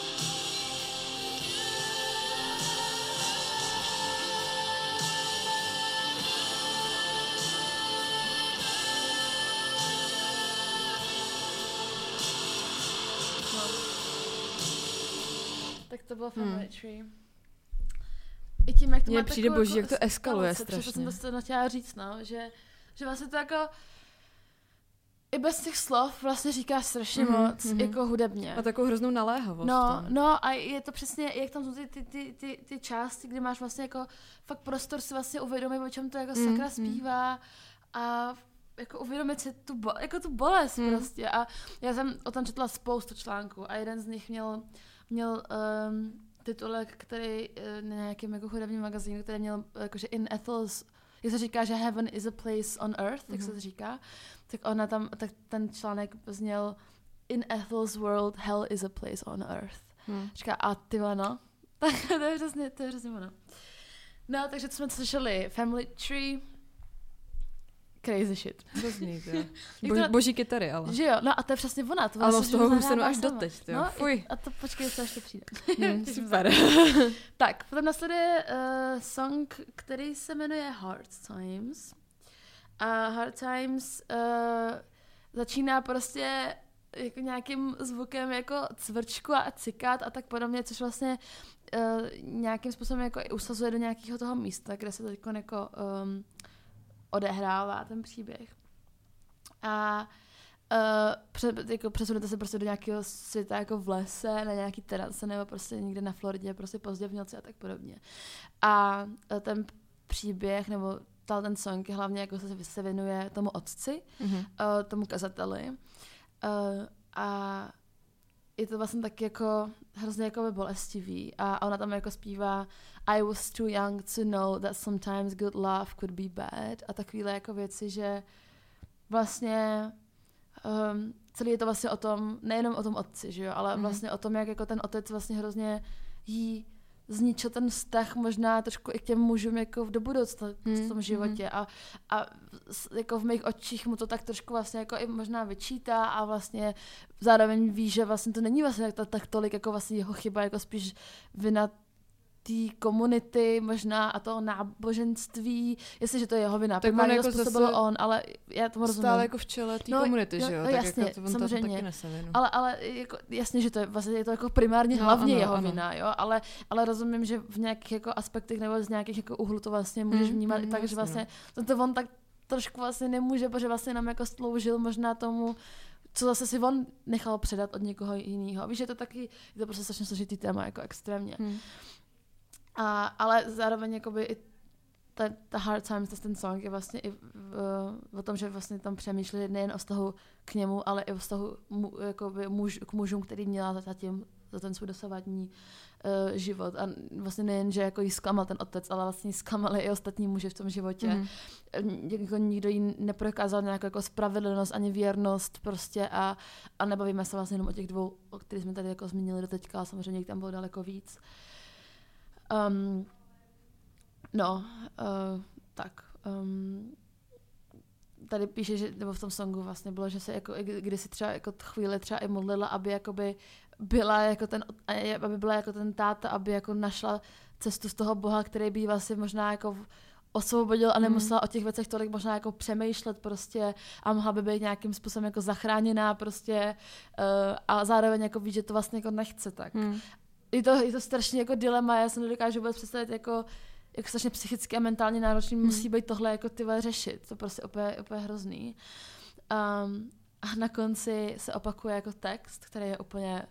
No. Tak to bylo Family hmm. Tree. I tím, jak to Mně má přijde boží, jako jak to eskaluje strašně. Strašně. jsem to chtěla říct, no, že, že vlastně to jako... I bez těch slov vlastně říká strašně mm-hmm, moc, mm-hmm. jako hudebně. A takovou hroznou naléhavost. No, no a je to přesně, jak tam jsou ty, ty, ty, ty, ty části, kdy máš vlastně jako fakt prostor si vlastně uvědomit, o čem to jako mm-hmm. sakra zpívá a jako uvědomit si tu, bo, jako tu bolest mm. prostě. A já jsem o tom četla spoustu článků a jeden z nich měl, měl um, titulek, který na nějakém jako hudebním magazínu, který měl jakože In Ethel's, jak se říká, že heaven is a place on earth, tak mm-hmm. se to říká, tak ona tam, tak ten článek zněl In Ethel's world, hell is a place on earth. Mm. Říká, a ty no, tak to je přesně, to je přesně ono. No, takže to jsme slyšeli Family Tree, crazy shit. Hrozný, jo. Bo, boží kytary, ale. Že jo, no a to je přesně ona. To ale z toho husenu až doteď, jo. No, fuj. A to počkej, co až to přijde. Mm, super. Tak, potom následuje uh, song, který se jmenuje Hard Times. A Hard Times uh, začíná prostě jako nějakým zvukem jako cvrčku a cikat a tak podobně, což vlastně uh, nějakým způsobem jako usazuje do nějakého toho místa, kde se to jako um, odehrává ten příběh. A uh, pře, jako přesunete se prostě do nějakého světa jako v lese, na nějaký terase nebo prostě někde na Floridě, prostě pozdě v noci a tak podobně. A uh, ten příběh nebo ten song hlavně jako se, se věnuje tomu otci, mm-hmm. uh, tomu kazateli. Uh, a je to vlastně taky jako hrozně jako bolestivý. A ona tam jako zpívá I was too young to know that sometimes good love could be bad. A takovýhle jako věci, že vlastně um, celý je to vlastně o tom, nejenom o tom otci, že jo, ale mm-hmm. vlastně o tom, jak jako ten otec vlastně hrozně jí zničil ten vztah možná trošku i k těm mužům jako do budoucna hmm. v tom životě a, a jako v mých očích mu to tak trošku vlastně jako i možná vyčítá a vlastně zároveň ví, že vlastně to není vlastně tak, tak tolik jako vlastně jeho chyba, jako spíš vina té komunity možná a toho náboženství, jestliže to je jeho vina, tak on jako způsobil on, ale já tomu rozumím. Stále jako v čele té no, komunity, no, že jo? No, tak jasně, jako to, on samozřejmě. To taky nese, ale, ale jako, jasně, že to je, vlastně je to jako primárně no, hlavně ano, jeho ano. vina, jo? Ale, ale rozumím, že v nějakých jako aspektech nebo z nějakých jako úhlů to vlastně můžeš mm, vnímat mm, i tak, jasně. že vlastně to, to on tak trošku vlastně nemůže, protože vlastně nám jako sloužil možná tomu, co zase si on nechal předat od někoho jiného. Víš, že to taky, je to prostě strašně složitý téma, jako extrémně. Mm. A, ale zároveň jakoby i ta, ta Hard Times, ten song je vlastně i v, v, o tom, že vlastně tam přemýšleli nejen o vztahu k němu, ale i o vztahu mu, jakoby muž, k mužům, který měla zatím za ten svůj dosavadní uh, život. A vlastně nejen, že jako jí zklamal ten otec, ale vlastně jí zklamali i ostatní muži v tom životě. Mm. Jako nikdo jí neprokázal nějakou jako spravedlnost ani věrnost prostě a, a nebavíme se vlastně jenom o těch dvou, o kterých jsme tady jako zmínili doteďka, a samozřejmě jich tam bylo daleko víc. Um, no, uh, tak. Um, tady píše, že, nebo v tom songu vlastně bylo, že se jako, kdysi třeba jako chvíli třeba i modlila, aby jakoby byla jako ten, aby byla jako ten táta, aby jako našla cestu z toho Boha, který by vlastně možná jako osvobodil a nemusela mm. o těch věcech tolik možná jako přemýšlet prostě a mohla by být nějakým způsobem jako zachráněná prostě uh, a zároveň jako ví, že to vlastně jako nechce tak. Mm. Je to, je to strašně jako dilema, já se nedokážu vůbec představit jako, jako strašně psychicky a mentálně náročný mm. musí být tohle jako ty řešit, to prostě úplně, úplně hrozný. Um, a na konci se opakuje jako text, který je úplně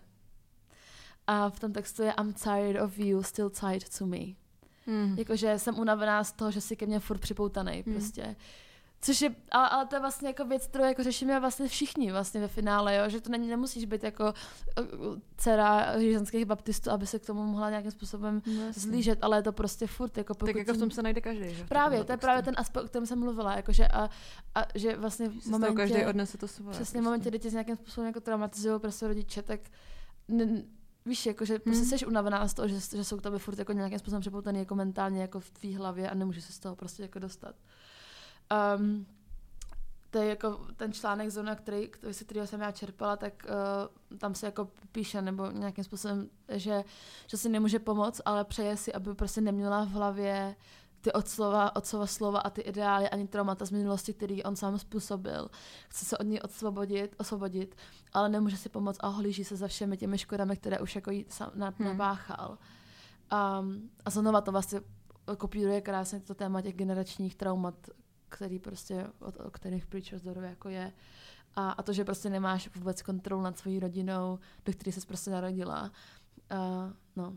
a v tom textu je I'm tired of you, still tied to me. Mm. Jakože jsem unavená z toho, že si ke mně furt připoutanej mm. prostě. Což je, ale, ale to je vlastně jako věc, kterou jako řešíme vlastně všichni vlastně ve finále, jo? Že to není, nemusíš být jako dcera jižanských baptistů, aby se k tomu mohla nějakým způsobem no, zlížet, ale je to prostě furt. Jako pokud tak jako v tom se najde každý. Že? Právě, to je právě ten aspekt, o kterém jsem mluvila, jakože a, a že vlastně v momentě, každý odnese to svoje. Přesně v momentě, kdy tě s nějakým způsobem jako traumatizují prostě rodiče, tak ne, víš, jako, že prostě hmm. jsi unavená z toho, že, že jsou k tobě furt jako nějakým způsobem připoutaný jako mentálně jako v tvý hlavě a nemůžeš se z toho prostě jako dostat. Um, to je jako ten článek Zóna, který, který, kterýho jsem já čerpala, tak uh, tam se jako píše, nebo nějakým způsobem, že, že si nemůže pomoct, ale přeje si, aby prostě neměla v hlavě ty od slova, od slova slova a ty ideály ani traumata z minulosti, který on sám způsobil. Chce se od něj osvobodit, osvobodit, ale nemůže si pomoct a ohlíží se za všemi těmi škodami, které už jako jí sám napáchal. Um, a znova to vlastně kopíruje krásně to téma těch generačních traumat, který prostě, o, o kterých Preacher's Daughter jako je. A, a to, že prostě nemáš vůbec kontrolu nad svojí rodinou, do které ses prostě narodila. Uh, no.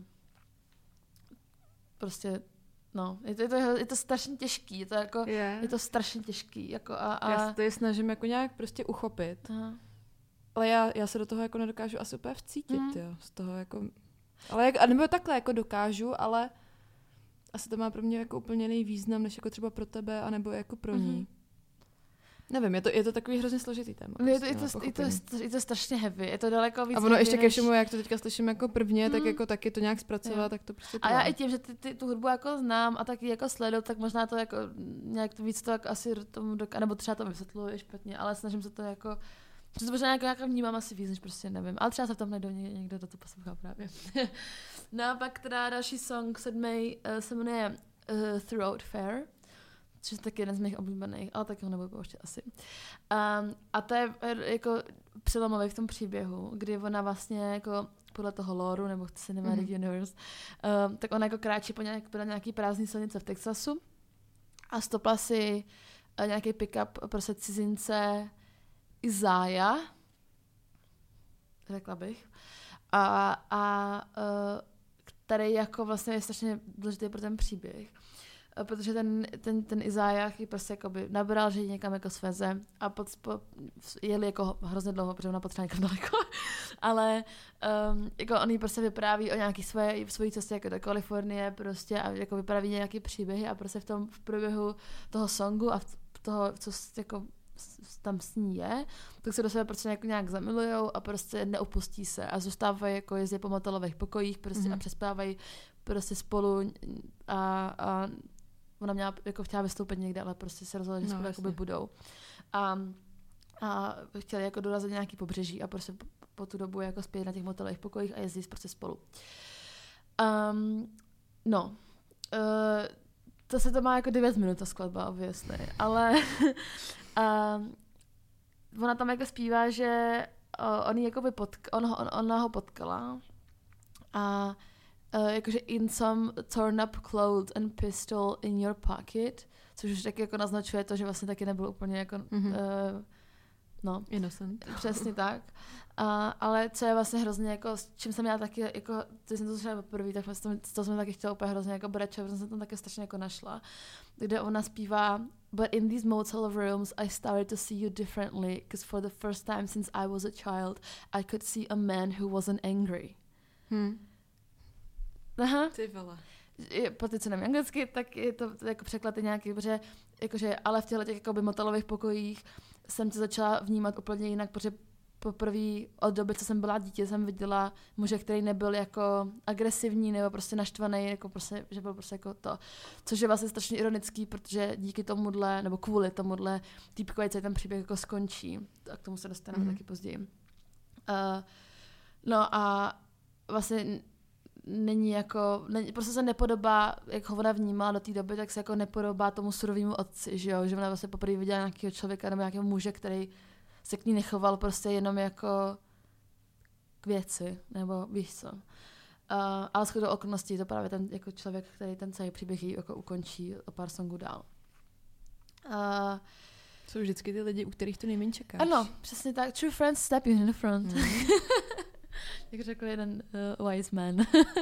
Prostě, no. Je to, je to, je to strašně těžký. Je to, jako, yeah. je to strašně těžký. Jako a, a... Já se to je snažím jako nějak prostě uchopit. Aha. Ale já, já se do toho jako nedokážu asi úplně vcítit, mm. jo. Z toho jako... Ale jak, a nebo takhle jako dokážu, ale asi to má pro mě jako úplně jiný význam, než jako třeba pro tebe, anebo jako pro ní. Mm-hmm. Nevím, je to, je to takový hrozně složitý téma. No je, to, je, to, je, to, je to strašně heavy, je to daleko víc. A ono ještě ke všemu, jak to teďka slyším jako prvně, mm. tak jako taky to nějak zpracovat, jo. tak to prostě A já i tím, že ty, ty, tu hudbu jako znám a taky jako sleduju, tak možná to jako nějak to víc to jako asi tomu dokážu, nebo třeba to vysvětluji špatně, ale snažím se to jako, že to možná jako, jako vnímám asi víc, než prostě nevím, ale třeba se v tom najdou někdo, kdo to poslouchá právě. No a pak teda další song sedmý uh, se jmenuje uh, Throughout Fair, což je taky jeden z mých oblíbených, ale taky ho nebudu pouštět asi. Um, a to je jako přelomový v tom příběhu, kdy ona vlastně jako podle toho lore, nebo Cinematic mm-hmm. Universe, um, tak ona jako kráčí po, nějak, po nějaký prázdný silnice v Texasu a stopla si uh, nějaký pick-up prostě cizince Izája, řekla bych, a, a uh, který jako vlastně je strašně důležitý pro ten příběh. Protože ten, ten, ten Izájach ji prostě jakoby nabral, že ji někam jako sveze a pod, po, jeli jako hrozně dlouho, protože ona potřeba někam daleko, ale um, jako on jí prostě vypráví o nějaký svoje, svojí cestě jako do Kalifornie prostě a jako vypráví nějaký příběhy a prostě v tom v průběhu toho songu a v toho, co jako tam s ní je, tak se do sebe prostě nějak, nějak zamilujou a prostě neopustí se a zůstávají jako jezdí po motelových pokojích prostě mm-hmm. a přespávají prostě spolu a, a ona měla, jako chtěla vystoupit někde, ale prostě se rozhodla, že no, spolu jakoby budou. A, a chtěli jako dorazit nějaký pobřeží a prostě po, po tu dobu jako spět na těch motelových pokojích a jezdit prostě spolu. Um, no, uh, to se to má jako devět minut, ta skladba, obviously, ale uh, ona tam jako zpívá, že uh, on jako potk- on, on, ona ho potkala a uh, jakože in some torn up clothes and pistol in your pocket, což už taky jako naznačuje to, že vlastně taky nebyl úplně jako mm-hmm. uh, no. Innocent. Přesně tak. A, ale co je vlastně hrozně jako, s čím jsem měla taky, jako, když jsem to slyšela poprvé, tak vlastně to jsem taky chtěla úplně hrozně jako brečet, protože jsem tam taky strašně jako našla, kde ona zpívá But in these motel rooms I started to see you differently, because for the first time since I was a child I could see a man who wasn't angry. Hmm. Aha. Ty vole. Po ty, co nevím anglicky, tak je to, to jako překlad je nějaký, protože jakože, ale v těchto těch jakoby motelových pokojích jsem to začala vnímat úplně jinak, protože poprvé od doby, co jsem byla dítě, jsem viděla muže, který nebyl jako agresivní nebo prostě naštvaný, jako prostě, že byl prostě jako to. Což je vlastně strašně ironický, protože díky tomuhle, nebo kvůli tomuhle týpkovi celý ten příběh jako skončí. A k tomu se dostaneme mm-hmm. taky později. Uh, no a vlastně není jako, není, prostě se nepodobá, jak ho ona vnímala do té doby, tak se jako nepodobá tomu surovému otci, že jo, že ona vlastně poprvé viděla nějakého člověka nebo nějakého muže, který se k ní nechoval prostě jenom jako k věci, nebo víš co. Uh, ale shodou okolností je to právě ten jako člověk, který ten celý příběh jako ukončí o pár songů dál. Uh, Jsou vždycky ty lidi, u kterých to nejméně čekáš. Ano, přesně tak. True friends step you in the front. Mm. Jak řekl jeden uh, wise man.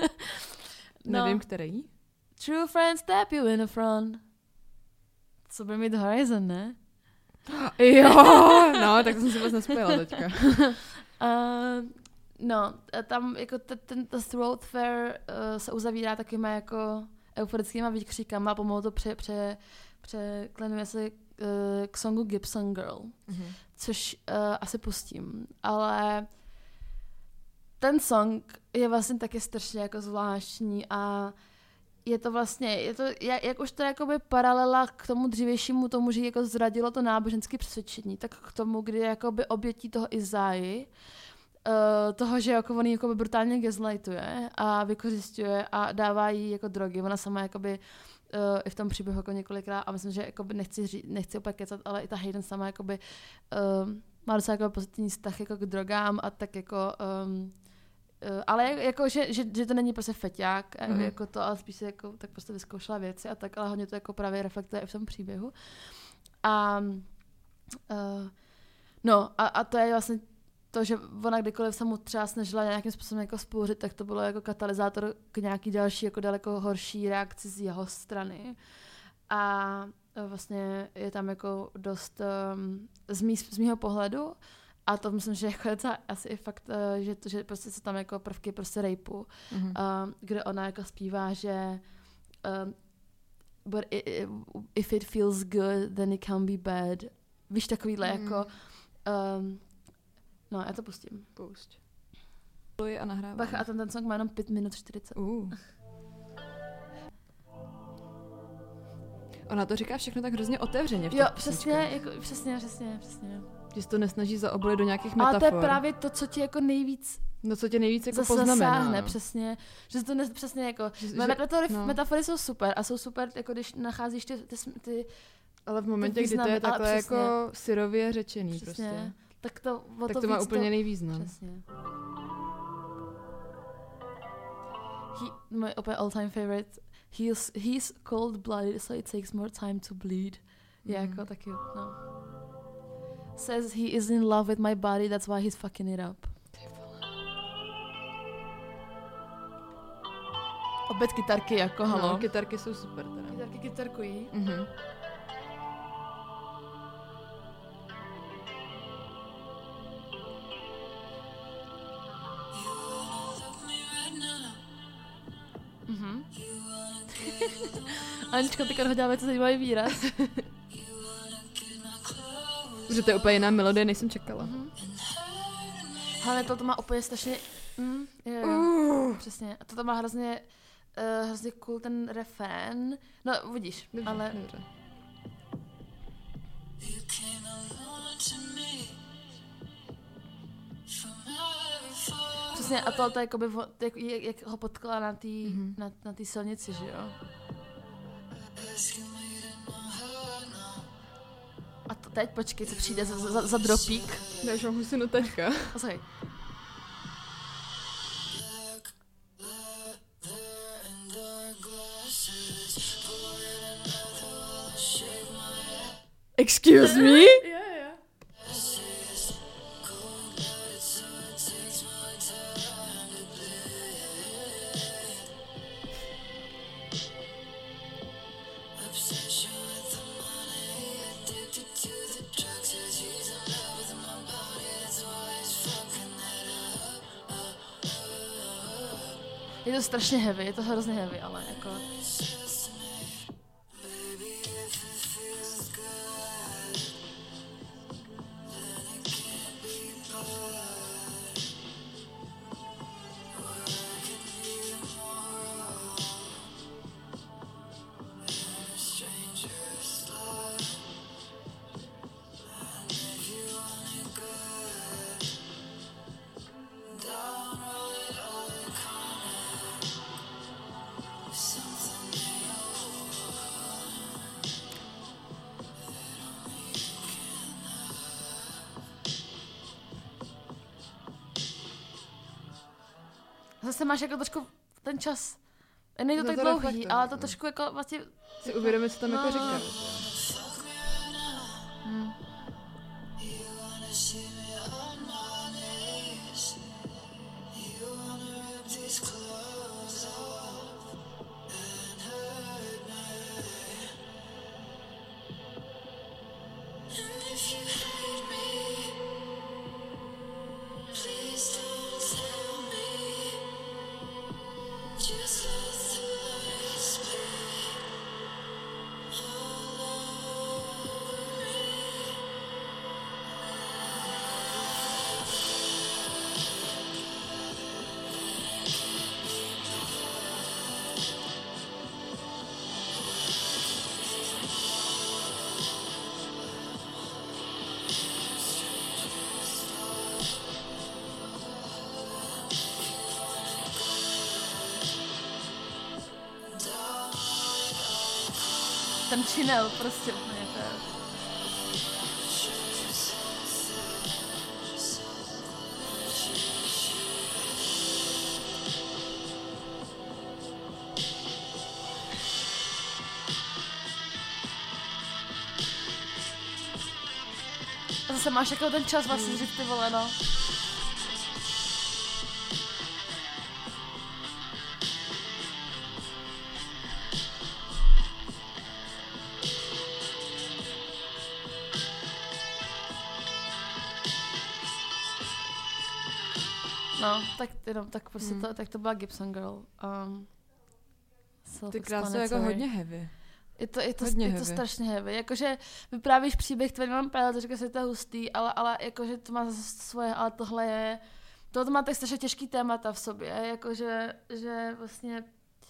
No. Nevím, který. True friends step you in the front. Co by mít Horizon, ne? Jo, no, tak to jsem si vůbec nespojila teďka. uh, no, tam jako t- ten throat fair uh, se uzavírá takýma jako euforickýma výkřikama a pomalu to pře- pře- překlenuje se uh, k songu Gibson Girl, mm-hmm. což uh, asi pustím, ale ten song je vlastně taky strašně jako zvláštní a je to vlastně, je to, jak, jak už to jakoby paralela k tomu dřívějšímu tomu, že jako zradilo to náboženské přesvědčení, tak k tomu, kdy jakoby obětí toho Izaji, uh, toho, že jako on ji jakoby brutálně gaslightuje a vykořisťuje a dává jí jako drogy. Ona sama jakoby uh, i v tom příběhu jako několikrát a myslím, že jakoby nechci, ří, nechci opět kecat, ale i ta Hayden sama jakoby uh, má docela jako pozitivní vztah jako k drogám a tak jako um, Uh, ale jako, že, že, že to není prostě feťák, mm-hmm. jako to, ale spíš se jako, tak prostě vyzkoušela věci a tak, ale hodně to jako právě reflektuje i v tom příběhu. A, uh, no a, a to je vlastně to, že ona kdykoliv se mu třeba snažila nějakým způsobem jako spouřit, tak to bylo jako katalyzátor k nějaký další, jako daleko horší reakci z jeho strany. A vlastně je tam jako dost um, z, mý, z mýho pohledu. A to myslím, že jako je to asi i fakt, že, to, že prostě jsou tam jako prvky prostě rapeu, mm-hmm. uh, kde ona jako zpívá, že um, but it, if it feels good, then it can be bad. Víš, takovýhle mm. jako um, no, já to pustím. Pusť. A nahrávám. Bacha, a ten, ten song má jenom pět minut čtyřicet. Uh. Ona to říká všechno tak hrozně otevřeně v těch Jo, přesně, jako, přesně, přesně, přesně. Že se to nesnaží zaobolit do nějakých metafor. Ale to je právě to, co ti jako nejvíc No co tě nejvíc jako poznamená. Ne, přesně. Že to ne, přesně jako, že, metafory, no. metafory jsou super a jsou super, jako když nacházíš ty, ty, ty ale v momentě, kdy to je takhle jako syrově řečený přesně. Prostě. Tak to, o tak to, to má úplně to, nejvýznam. Přesně. He, my opět all time favorite. He's, he's cold blooded, so it takes more time to bleed. Je mm. jako taky, no. Says he is in love with my body, that's why he's fucking it up. Opět kytarky jako, halo. No, kytarky jsou super teda. Kytarky kytarkují. Mhm. Mhm. Anička teďka hodila co zajímavý výraz. Že to je úplně jiná melodie, než jsem čekala. Mm-hmm. Ale to, to má úplně strašně... Mm, je, je. Uh. Přesně. A to, to má hrozně uh, hrozně cool ten refrén. No, vidíš, Dobře, ale... Dobře. Přesně, a to, to jakoby, jak, jak ho potkala na té Mhm. na, na té silnici, že jo? A to teď, počkej, co přijde za, za, za dropík. Já už mám husinu teďka. Poslouchej. Excuse me? Jo, jo. Je to strašně heavy, je to hrozně heavy, ale jako... Zase máš jako trošku ten čas, není to No tak to dlouhý, reflektuje, ale to no. trošku jako vlastně... Si uvědomit, co tam No, jako no. říká. Hmm. Ten činel prostě úplně to je... A zase máš jako ten čas vlastně říct, ty vole, no. No, tak jenom, tak prostě Hmm. to, tak to byla Gibson Girl. Um, Ty krásně jako hodně heavy. Je to, je to, Hodně je to heavy. strašně heavy. Jakože vyprávíš příběh, který mám právě, to říká, že to je hustý, ale, ale jakože to má zase svoje, ale tohle je, tohle to má tak strašně těžký témata v sobě, jakože, že vlastně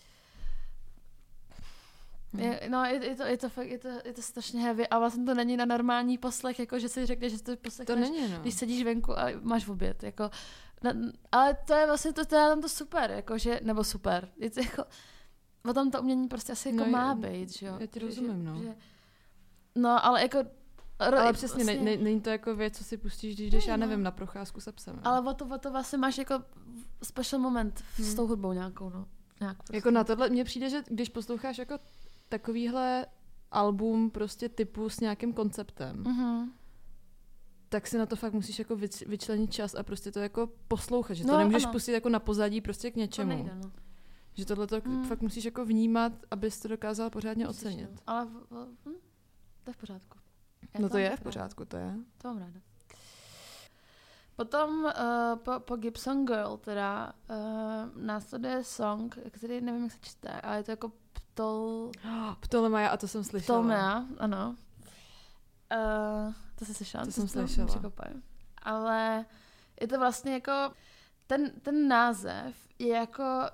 je, no, je, je, to, je, to fakt, je, to, je to strašně heavy a vlastně to není na normální poslech, jako že si řekneš, že to poslechneš, To není, no. když sedíš venku a máš oběd, jako, na, ale to je vlastně, to, to je tam to super, jakože, nebo super, je to jako, o tom to umění prostě asi jako No, má já- být, že jo. já ti Že- rozumím, no. Že, no, ale jako... ro- Ale přesně, vlastně, ne, ne, není to jako věc, co si pustíš, když jdeš, Ne, já no. nevím, na procházku se psem. Ale o to, o to vlastně máš jako special moment Hmm. s tou hudbou nějakou, no. Nějak prostě. Jako na tohle, mně přijde, že když posloucháš jako takovýhle album prostě typu s nějakým konceptem, Mhm. tak si na to fakt musíš jako vyč, vyčlenit čas a prostě to jako poslouchat, že to No, nemůžeš ano. pustit jako na pozadí prostě k To něčemu. nejde, no. Že tohle to Mm. fakt musíš jako vnímat, abys to dokázal pořádně Musíš, ocenit. no. Ale v, v, hm, to je v pořádku. Já No to mám je tak v ráda. pořádku, to je. To mám ráda. Potom uh, po, po Gibson Girl teda uh, následuje song, který nevím, jak se čte, ale je to jako Ptol... Ptolemaja, a to jsem slyšela. Ptolmea, ano. Uh, to jsi slyšela? To jsem jsi slyšela. překvapuje. Ale je to vlastně jako, ten, ten název je jako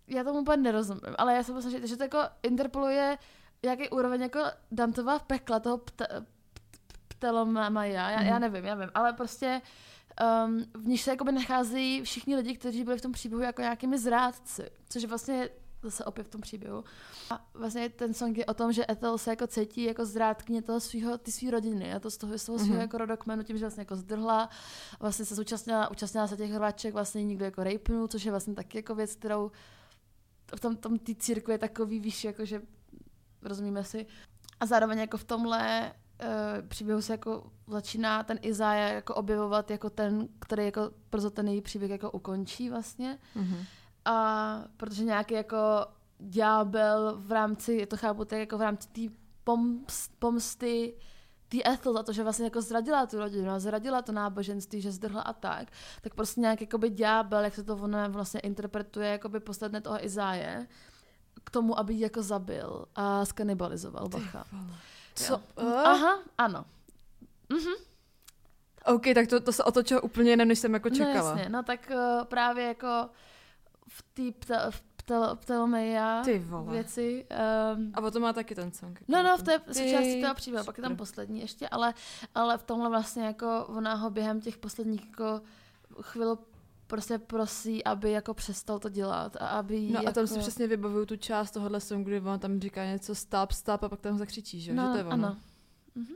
já tomu úplně nerozumím, ale já jsem myslím, že, že to jako interpoluje nějaký úroveň jako Dantova pekla toho pte, Ptolemaia, já, mm. já nevím, já nevím, ale prostě um, v níž se jakoby nacházejí všichni lidi, kteří byli v tom příběhu jako nějakými zrádci, což vlastně zase opět v tom příběhu. A vlastně ten song je o tom, že Ethel se jako cítí jako zrádkyně toho svýho, ty svý rodiny a to z toho, z toho svýho mm-hmm. jako rodokmenu, tím, že vlastně jako zdrhla, vlastně se zúčastnila, účastnila se těch hrvaček, vlastně nikdo jako rejpnul, což je vlastně taky jako věc, kterou v tom, tom té církvi je takový výš, jako že rozumíme si. A zároveň jako v tomhle uh, příběhu se jako začíná ten Izája jako objevovat jako ten, který jako brzo ten její příběh jako ukončí vlastně. Mm-hmm. A protože nějaký jako ďábel v rámci, to chápu tak jako v rámci té pomst, pomsty tý Ethel za to, že vlastně jako zradila tu rodinu a zradila to náboženství, že zdrhla a tak, tak prostě nějaký jakoby ďábel, jak se to ona vlastně interpretuje, jakoby posledné toho Izáje, k tomu, aby ji jako zabil a skanibalizoval, bacha. Co? Aha, ano. Mhm. OK, tak to, to se otočilo úplně jinak, než jsem jako čekala. No jasně, no tak uh, právě jako v té pta, v ptel, Ptolomeia věci. Um, a o to má taky ten song. No, no, v té součástí toho příběhu, pak je tam poslední ještě, ale, ale v tomhle vlastně jako ona ho během těch posledních jako chvíli prostě prosí, aby jako přestal to dělat a aby No jako... a tam si přesně vybavuju tu část tohohle songu, kdy on tam říká něco stop, stop a pak tam zakřičí, že, no, že to je ono. Ano. Mhm.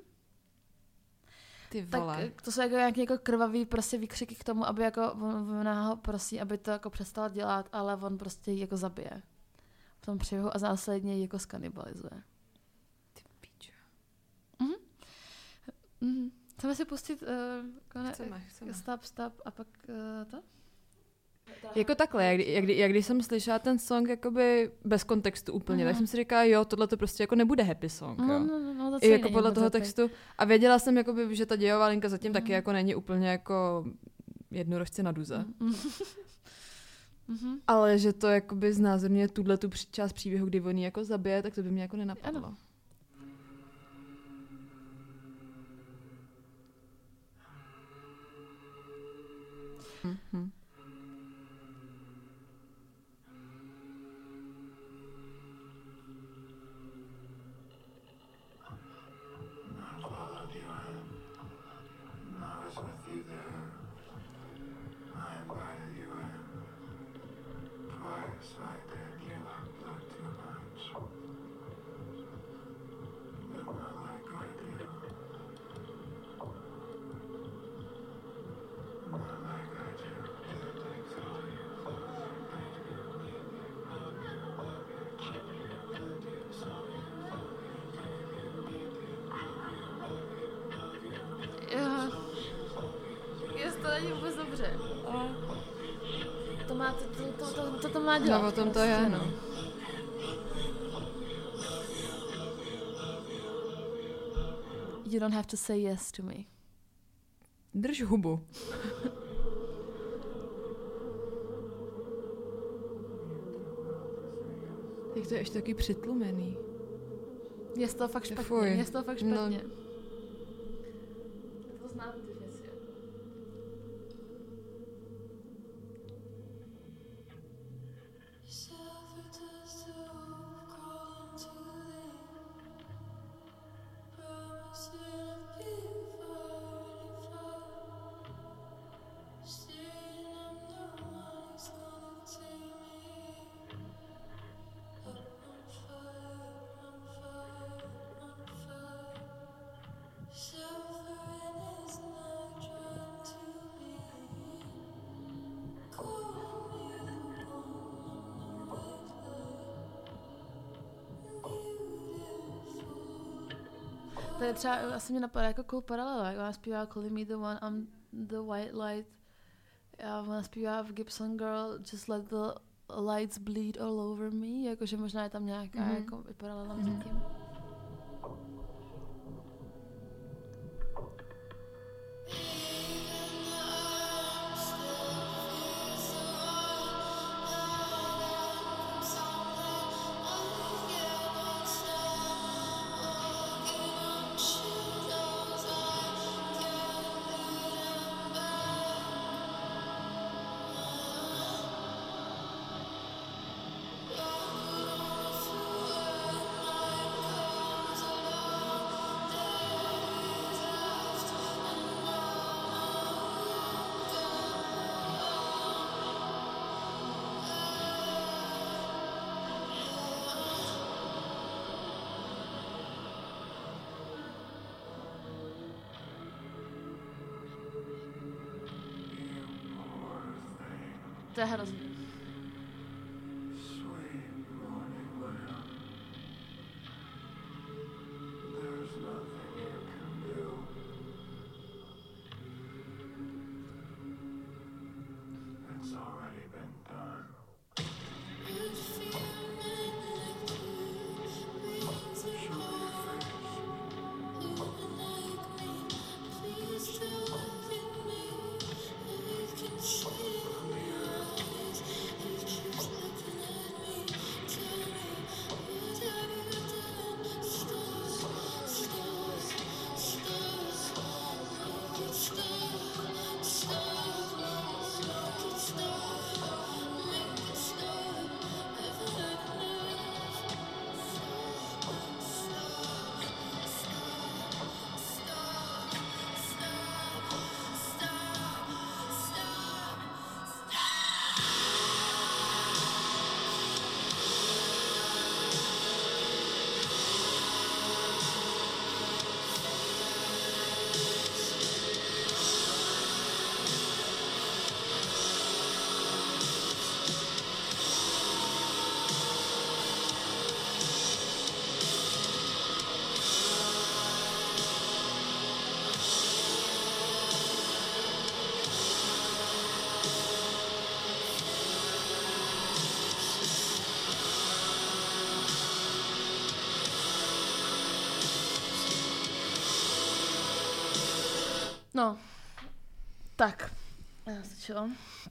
Ty vole. Tak to jsou jako nějaké jako krvavý prostě výkřiky k tomu, aby jako ona ho prosí, aby to jako přestal dělat, ale on prostě ji jako zabije v tom příběhu a následně ji jako skanibalizuje. Ty píčo. Mhm. Mhm. Chceme si pustit uh, kone, chceme, chceme. stop, stop a pak uh, to? Jako takhle, jak, jak, jak když jsem slyšela ten song jakoby bez kontextu úplně, mm. tak jsem si říkala, jo, tohle to prostě jako nebude happy song, jo. No, no, no, no, I jako podle toho textu. A věděla jsem, jakoby, že ta dějová linka zatím mm. taky jako není úplně jako jednorožce na duze. Mm. mm-hmm. Ale že to jakoby znázorňuje tuhle tu část příběhu, kdy on ji jako zabije, tak to by mě jako nenapadlo. Ano. Mm-hmm. To není vůbec dobře. A to má, to, to, to, to, to, to má dělat. No, o tom to je, no. You don't have to say yes to me. Drž hubu. Jak to je ještě taky přitlumený. Je to fakt špatně. Fuj. Je to fakt špatně. No. To znám ty věci. To je třeba, asi mě napadá jako cool paralela, jak ona zpívá Calling Me the One, I'm the White Light. A ona zpívá v Gibson Girl Just Let the Lights Bleed All Over Me, jakože možná je tam nějaká mm-hmm. jako paralela mezi tím. To je hrozný. No, tak, já stačilo. Uh,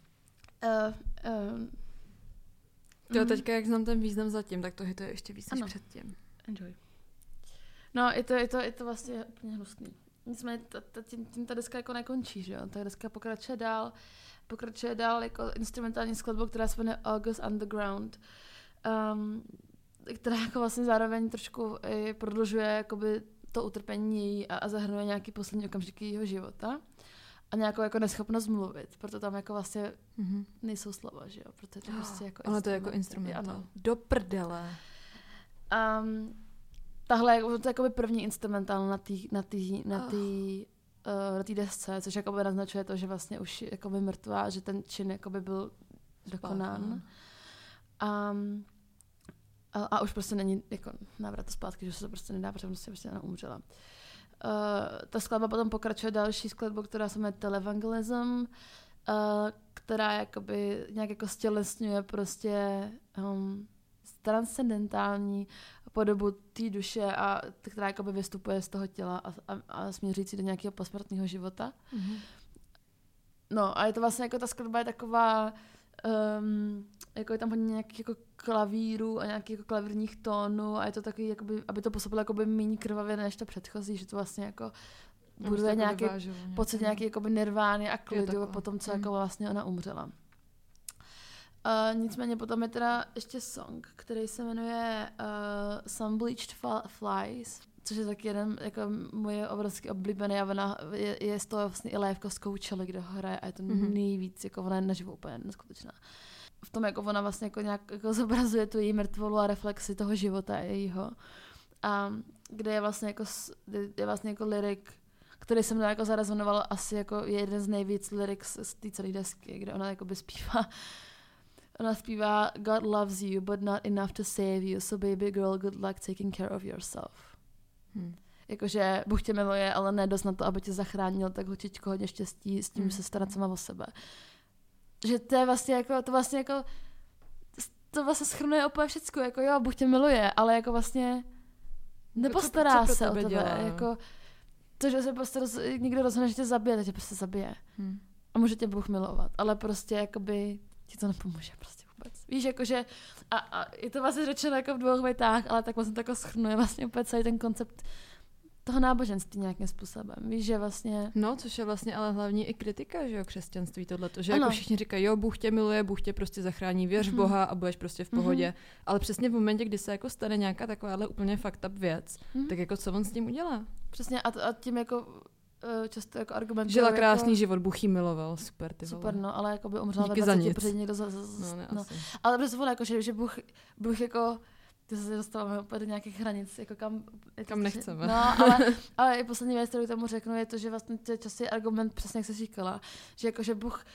uh, Jo, teďka, jak znám ten význam zatím, tak to je to ještě víc než ano. předtím. Enjoy. No, je to, je to, je to vlastně úplně hnusný. Nicméně ta, ta, tím, tím ta deska jako nekončí, že jo? Ta deska pokračuje dál, pokračuje dál jako instrumentální skladbou, která se jmenuje August Underground, um, která jako vlastně zároveň trošku i prodlužuje jakoby to utrpení její a, a zahrnuje nějaký poslední okamžiky jejího života a nějakou jako neschopnost mluvit, proto tam jako vlastně mm-hmm. nejsou slova, že jo? Proto je to prostě jako ono to je jako instrumentál. Ano. Do prdele. Um, tahle je to jako první instrumentál na té na tý, na tý, uh, na tý desce, což jakoby naznačuje to, že vlastně už je jakoby mrtvá, že ten čin jakoby byl dokonán. Um, a, a už prostě není jako návratu zpátky, že se to prostě nedá, protože prostě, prostě ona umřela. Uh, ta skladba potom pokračuje další skladbou, která se jmenuje Televangelism, uh, která jakoby nějak jako stělesňuje prostě um, transcendentální podobu té duše, a která jakoby vystupuje z toho těla a, a, a směřící do nějakého posmrtného života. Mm-hmm. No a je to vlastně jako ta skladba je taková, um, jako je tam hodně nějakých jako klavíru a nějakých jako klavírních tónů a je to takový, jakoby, aby to působilo jakoby méně krvavě než to předchozí, že to vlastně jako bude nějaký pocit nějaký jakoby nirvány a klidu po tom, co mm. jako vlastně ona umřela. Uh, nicméně potom je teda ještě song, který se jmenuje uh, Some Bleached Flies, což je taky jeden jako moje obrovský oblíbený a ona je, je z toho vlastně i liveko z Coachella, kde ho hraje a je to mm-hmm. nejvíc, jako ona je naživo úplně neskutečná. V tom, jako ona vlastně jako nějak jako zobrazuje tu její mrtvolu a reflexi toho života jejího. A kde je vlastně jako, je vlastně jako lyrik, který se mnou jako zarezonoval asi jako jeden z nejvíc lyrics z té celé desky, kde ona jako by zpívá Ona zpívá God loves you, but not enough to save you, so baby girl, good luck taking care of yourself. Hmm. Jakože Bůh tě miluje, ale ne dost na to, aby tě zachránil, tak holčičko, hodně štěstí s tím, hmm. se starat sama o sebe. Že to je vlastně jako, to vlastně jako, to vlastně schrnuje úplně všecko, jako jo, Bůh tě miluje, ale jako vlastně nepostará co, co se o tebe. Dělá? Jako to, že se prostě roz, někdo rozhodne, že tě zabije, tak tě prostě zabije. Hmm. A může tě Bůh milovat, ale prostě jakoby ti to nepomůže prostě vůbec. Víš, jakože, a, a je to vlastně řečeno jako v dvou větách, ale tak vlastně to jako schrnuje vlastně úplně celý ten koncept toho náboženství nějakým způsobem. Víš, že vlastně... No, což je vlastně ale hlavní i kritika, že jo, křesťanství tohleto, že ano. Jako všichni říkají, jo, Bůh tě miluje, Bůh tě prostě zachrání, věř v mm-hmm. Boha a budeš prostě v pohodě. Mm-hmm. Ale přesně v momentě, kdy se jako stane nějaká takováhle úplně fucked up věc, mm-hmm. tak jako co on s tím udělá? Přesně a, a tím jako často jako argument. Žila krásný jako... život, Bůh jí miloval, super, ty vole. Super, no, ale jako by umřela ve dvaceti, protože někdo za, za, za, no, no. Ale prostě vole, jako, že, že Bůh, Bůh jako, ty se dostáváme úplně do nějakých hranic, jako kam... Kam nechceme. No, ale, ale i poslední věc, kterou tomu řeknu, je to, že vlastně to je častý argument, přesně jak jsi říkala, že jako, že Bůh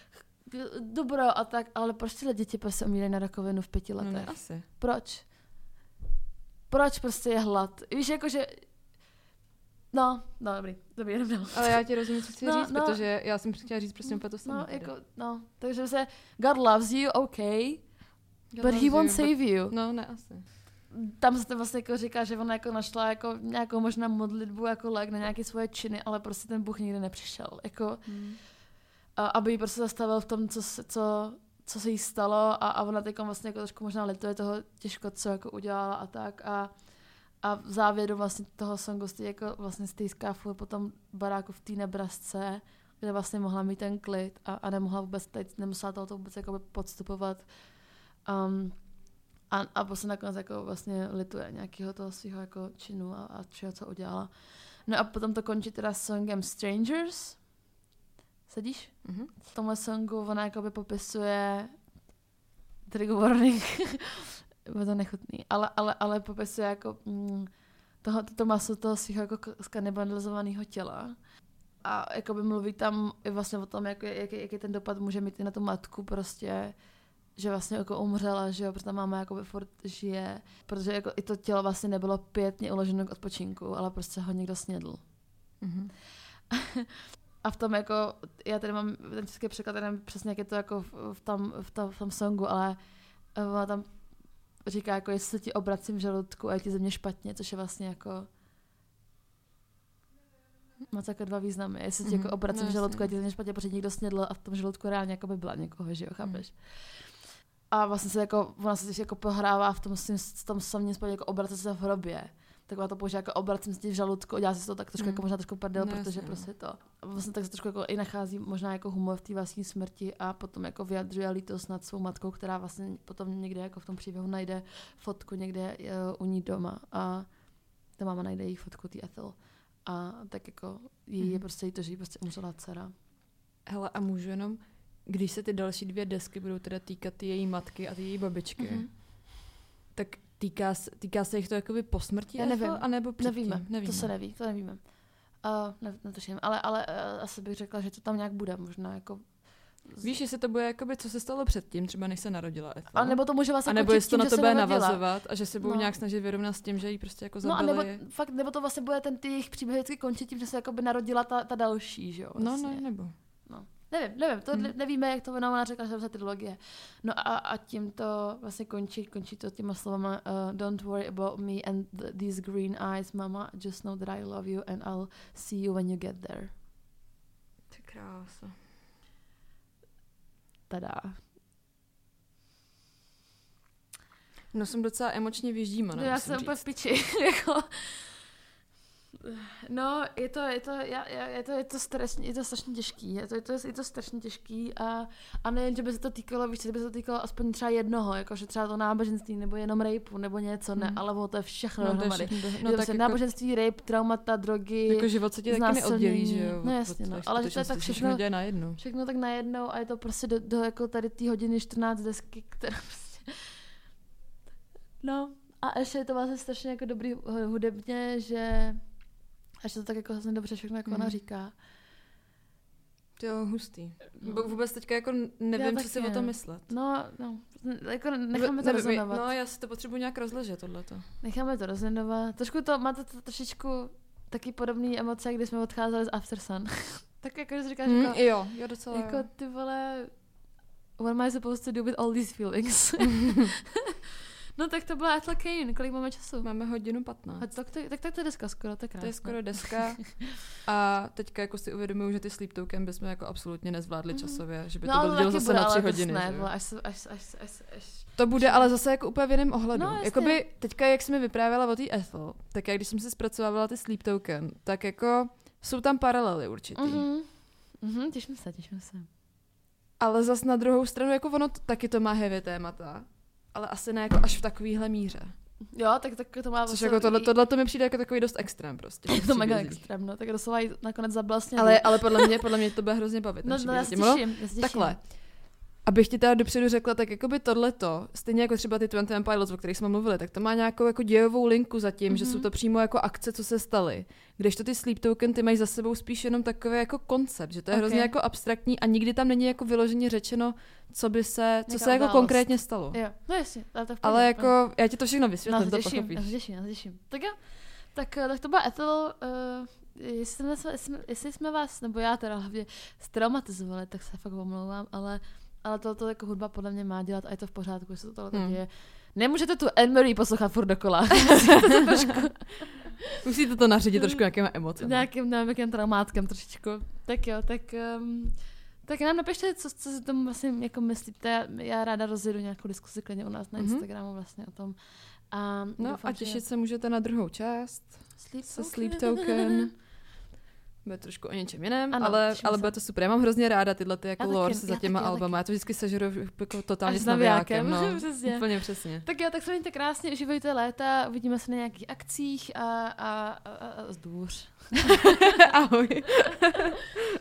dobro a tak, ale proč tyhle děti prostě umírají na rakovinu v pěti letech? No ne, asi. Proč? Proč prostě je hlad? Víš, jakože... No, no, dobrý, dobrý, jenom dál. Ale já ti rozumím, co chci no, říct, no, protože já jsem chtěla říct prostě úplně to samé. No, jako, no, takže se God loves you, okay, God but he won't you, save but... you. No, ne, asi. Tam se to vlastně jako říká, že ona jako našla jako nějakou možná modlitbu jako lék na nějaké svoje činy, ale prostě ten Bůh nikdy nepřišel. Jako, hmm. a, aby jí prostě zastavil v tom, co, se, co, co se jí stalo a, a ona teď vlastně jako trošku možná lituje toho těžko, co jako udělala a tak a A v závěru vlastně toho songu stý, jako vlastně stýská furt po tom baráku v té Nebrasce, kde vlastně mohla mít ten klid a, a nemohla vůbec teď, nemusela toho vůbec jako podstupovat. Um, a, a vlastně nakonec jako vlastně lituje nějakého toho svého jako činu a, a čeho, co udělala. No a potom to končí teda songem Strangers. Sedíš? Mm-hmm. V tomhle songu ona jakoby popisuje trigger warning. Bylo to nechutný, ale, ale, ale popisuje jako mm, toho, to maso toho svého jako skanibalizovaného těla. A jakoby mluví tam i vlastně o tom, jak, jaký, jaký ten dopad může mít i na tu matku prostě, že vlastně jako umřela, že jo, protože ta máma jakoby furt žije, protože jako i to tělo vlastně nebylo pěkně uloženo k odpočinku, ale prostě ho někdo snědl. Mm-hmm. A v tom jako, já tady mám ten český překlad, nevím přesně, jak je to jako v, v, tam, v, tom, v tom songu, ale ona tam říká, jako jestli se ti obracím v žaludku a je ti ze mě špatně, což je vlastně jako má takové dva významy. Jestli ti mm-hmm. jako obracím no, v žaludku a je ti ze mě špatně, protože někdo snědl a v tom žaludku reálně jako by byla někoho, že jo, chápeš? Mm. A vlastně se jako, ona se jako pohrává v tom, v tom samém spolu jako obracet se v hrobě. Tak ona to používá jako obracím se ti v žaludku, dělá se to tak trošku mm. jako možná trošku prdel, no, protože jasně. Prostě to. A vlastně tak se trošku jako i nachází možná jako humor v té vlastní smrti a potom jako vyjadřuje lítost nad svou matkou, která vlastně potom někde jako v tom příběhu najde fotku někde uh, u ní doma a ta máma najde její fotku, tý Ethel. A tak jako jí mm. je prostě jí to, že jí prostě umřela dcera. Hele, a můžu jenom, když se ty další dvě desky budou teda týkat ty její matky a ty její babičky, mm-hmm. tak Týká se, týká se jich to jakoby po smrti? Já nevím. Anebo Nevíme. Nevíme, to se neví, to nevíme. Uh, ne, netuším, ale, ale uh, asi bych řekla, že to tam nějak bude, možná jako... Z... Víš, jestli to bude jakoby, co se stalo předtím, třeba než se narodila Ethel. A nebo to může vlastně a nebo jestli to tím, na to bude narodila. Navazovat a že se budou no. nějak snažit vyrovnat s tím, že jí prostě jako zabili. No a nebo, fakt, nebo to vlastně bude ten ty jejich příběh vždycky končit tím, že se jakoby narodila ta, ta další, že jo? Vlastně. No, no, nebo... No. Nevím, nevím, to hmm. nevíme, jak to ona řekla, že to je trilogie. No a, a tím to vlastně končí, končí to těma slovama uh, don't worry about me and th- these green eyes, mama, just know that I love you and I'll see you when you get there. Ty krása. Tada. No jsem docela emočně vyždímaná. No já jsem úplně v piči, jako... No, je to, je to, já, já, je to, je to, strašně, je to strašně těžký, je to, je to, je to strašně těžký a, a nejen, že by se to týkalo, víš, že by se to týkalo aspoň třeba jednoho, jakože třeba to náboženství, nebo jenom rapeu, nebo něco, hmm. ne, ale o to je všechno no, dohromady. No, no, tak jako, náboženství, rape, traumata, drogy, jako život se ti taky neoddělí, že jo? No jasně, no, ale že to je tak všechno, najednou. všechno tak najednou a je to prostě do, do jako tady té hodiny čtrnáct desky, která prostě... No, a ještě je to vlastně strašně jako dobrý hudebně, že... Až to tak jako hrozně dobře všechno, jako mm. ona říká. Jo, hustý. No. Vůbec teďka jako nevím, co si o tom myslet. No, no, jako necháme to rezonovat. No, já si to potřebuji nějak rozležet, tohleto. Necháme to rezonovat. Trošku to, máte to trošičku taky podobný emoce, když jsme odcházeli z After Sun. Tak jako, že říkáš, mm, jako, jo, jo, docela jako jo. ty vole, what am I supposed to do with all these feelings? No tak to byla Ethel Cain, kolik máme času? Máme hodinu patnáct. Tak, tak, tak, tak to je deska skoro, to je krásné. To je skoro deska a teďka jako si uvědomuju, že ty Sleep Token bychom jako absolutně nezvládli mm. časově, že by no, to byl díl zase bude, na tři ale hodiny. Ne, až, až, až, až, až, to bude ale zase jako úplně v jiném ohledu. No, Jakoby teďka, jak jsi mi vyprávěla o té Ethel, tak jak když jsem si zpracovávala ty Sleep Token, tak jako jsou tam paralely určitý. Mhm, mhm, těším se, těším se. Ale zas na druhou stranu, jako ono t- taky to má heavy témata. Ale asi ne jako až v takovýhle míře. Jo, tak, tak to má... Což jako tohle, tohle to mi přijde jako takový dost extrém prostě. Je to mega extrém, no, tak doslova jí nakonec zablastně. Ale, ale podle mě, podle mě to bude hrozně bavit. No, no já si těším, já si těším. Takhle. Abych ti teda dopředu řekla, tak jako by tohleto, stejně jako třeba ty dvacet One Pilots, o kterých jsme mluvili, tak to má nějakou jako dějovou linku za tím, mm-hmm. že jsou to přímo jako akce, co se staly. Kdežto ty Sleep Token, ty mají za sebou spíš jenom takový jako koncept, že to je okay. hrozně jako abstraktní a nikdy tam není jako vyloženě řečeno, co by se, co Nějaká se jako událost. Konkrétně stalo. Jo, no jasně. Ale, to ale jako, já ti to všechno vysvětlím, no, to těším, pochopíš. Já se těším, já se těším. Tak jo, tak, tak to byla Ethel, uh, jestli, jsme, jestli, jestli jsme vás, nebo já teda hlavně straumatizovali, tak se fakt omlouvám, ale Ale tohle jako hudba podle mě má dělat a je to v pořádku, že se to tohle hmm. děje. Nemůžete tu Anne-Marie poslouchat furt dokola. Musíte to nařídit trošku nějakýma emocemi. Nějakým, nějakým traumátkem trošičku. Tak jo, tak, um, tak nám napište, co, co si tomu vlastně jako myslíte. Já, já ráda rozjedu nějakou diskusi klidně u nás na Instagramu vlastně o tom. A no doufám, a těšit že... se můžete na druhou část. Sleep se Token. Sleep Token. Bude trošku o něčem jiném, ano, ale, ale bude to super. Já mám hrozně ráda tyhle ty jako lores za těma albama. Já to vždycky sežeru jako totálně s navijákem. No. Přesně. Úplně přesně. Tak jo, tak se mějte krásně, uživejte léta, uvidíme se na nějakých akcích a, a, a, a zdůř. Ahoj.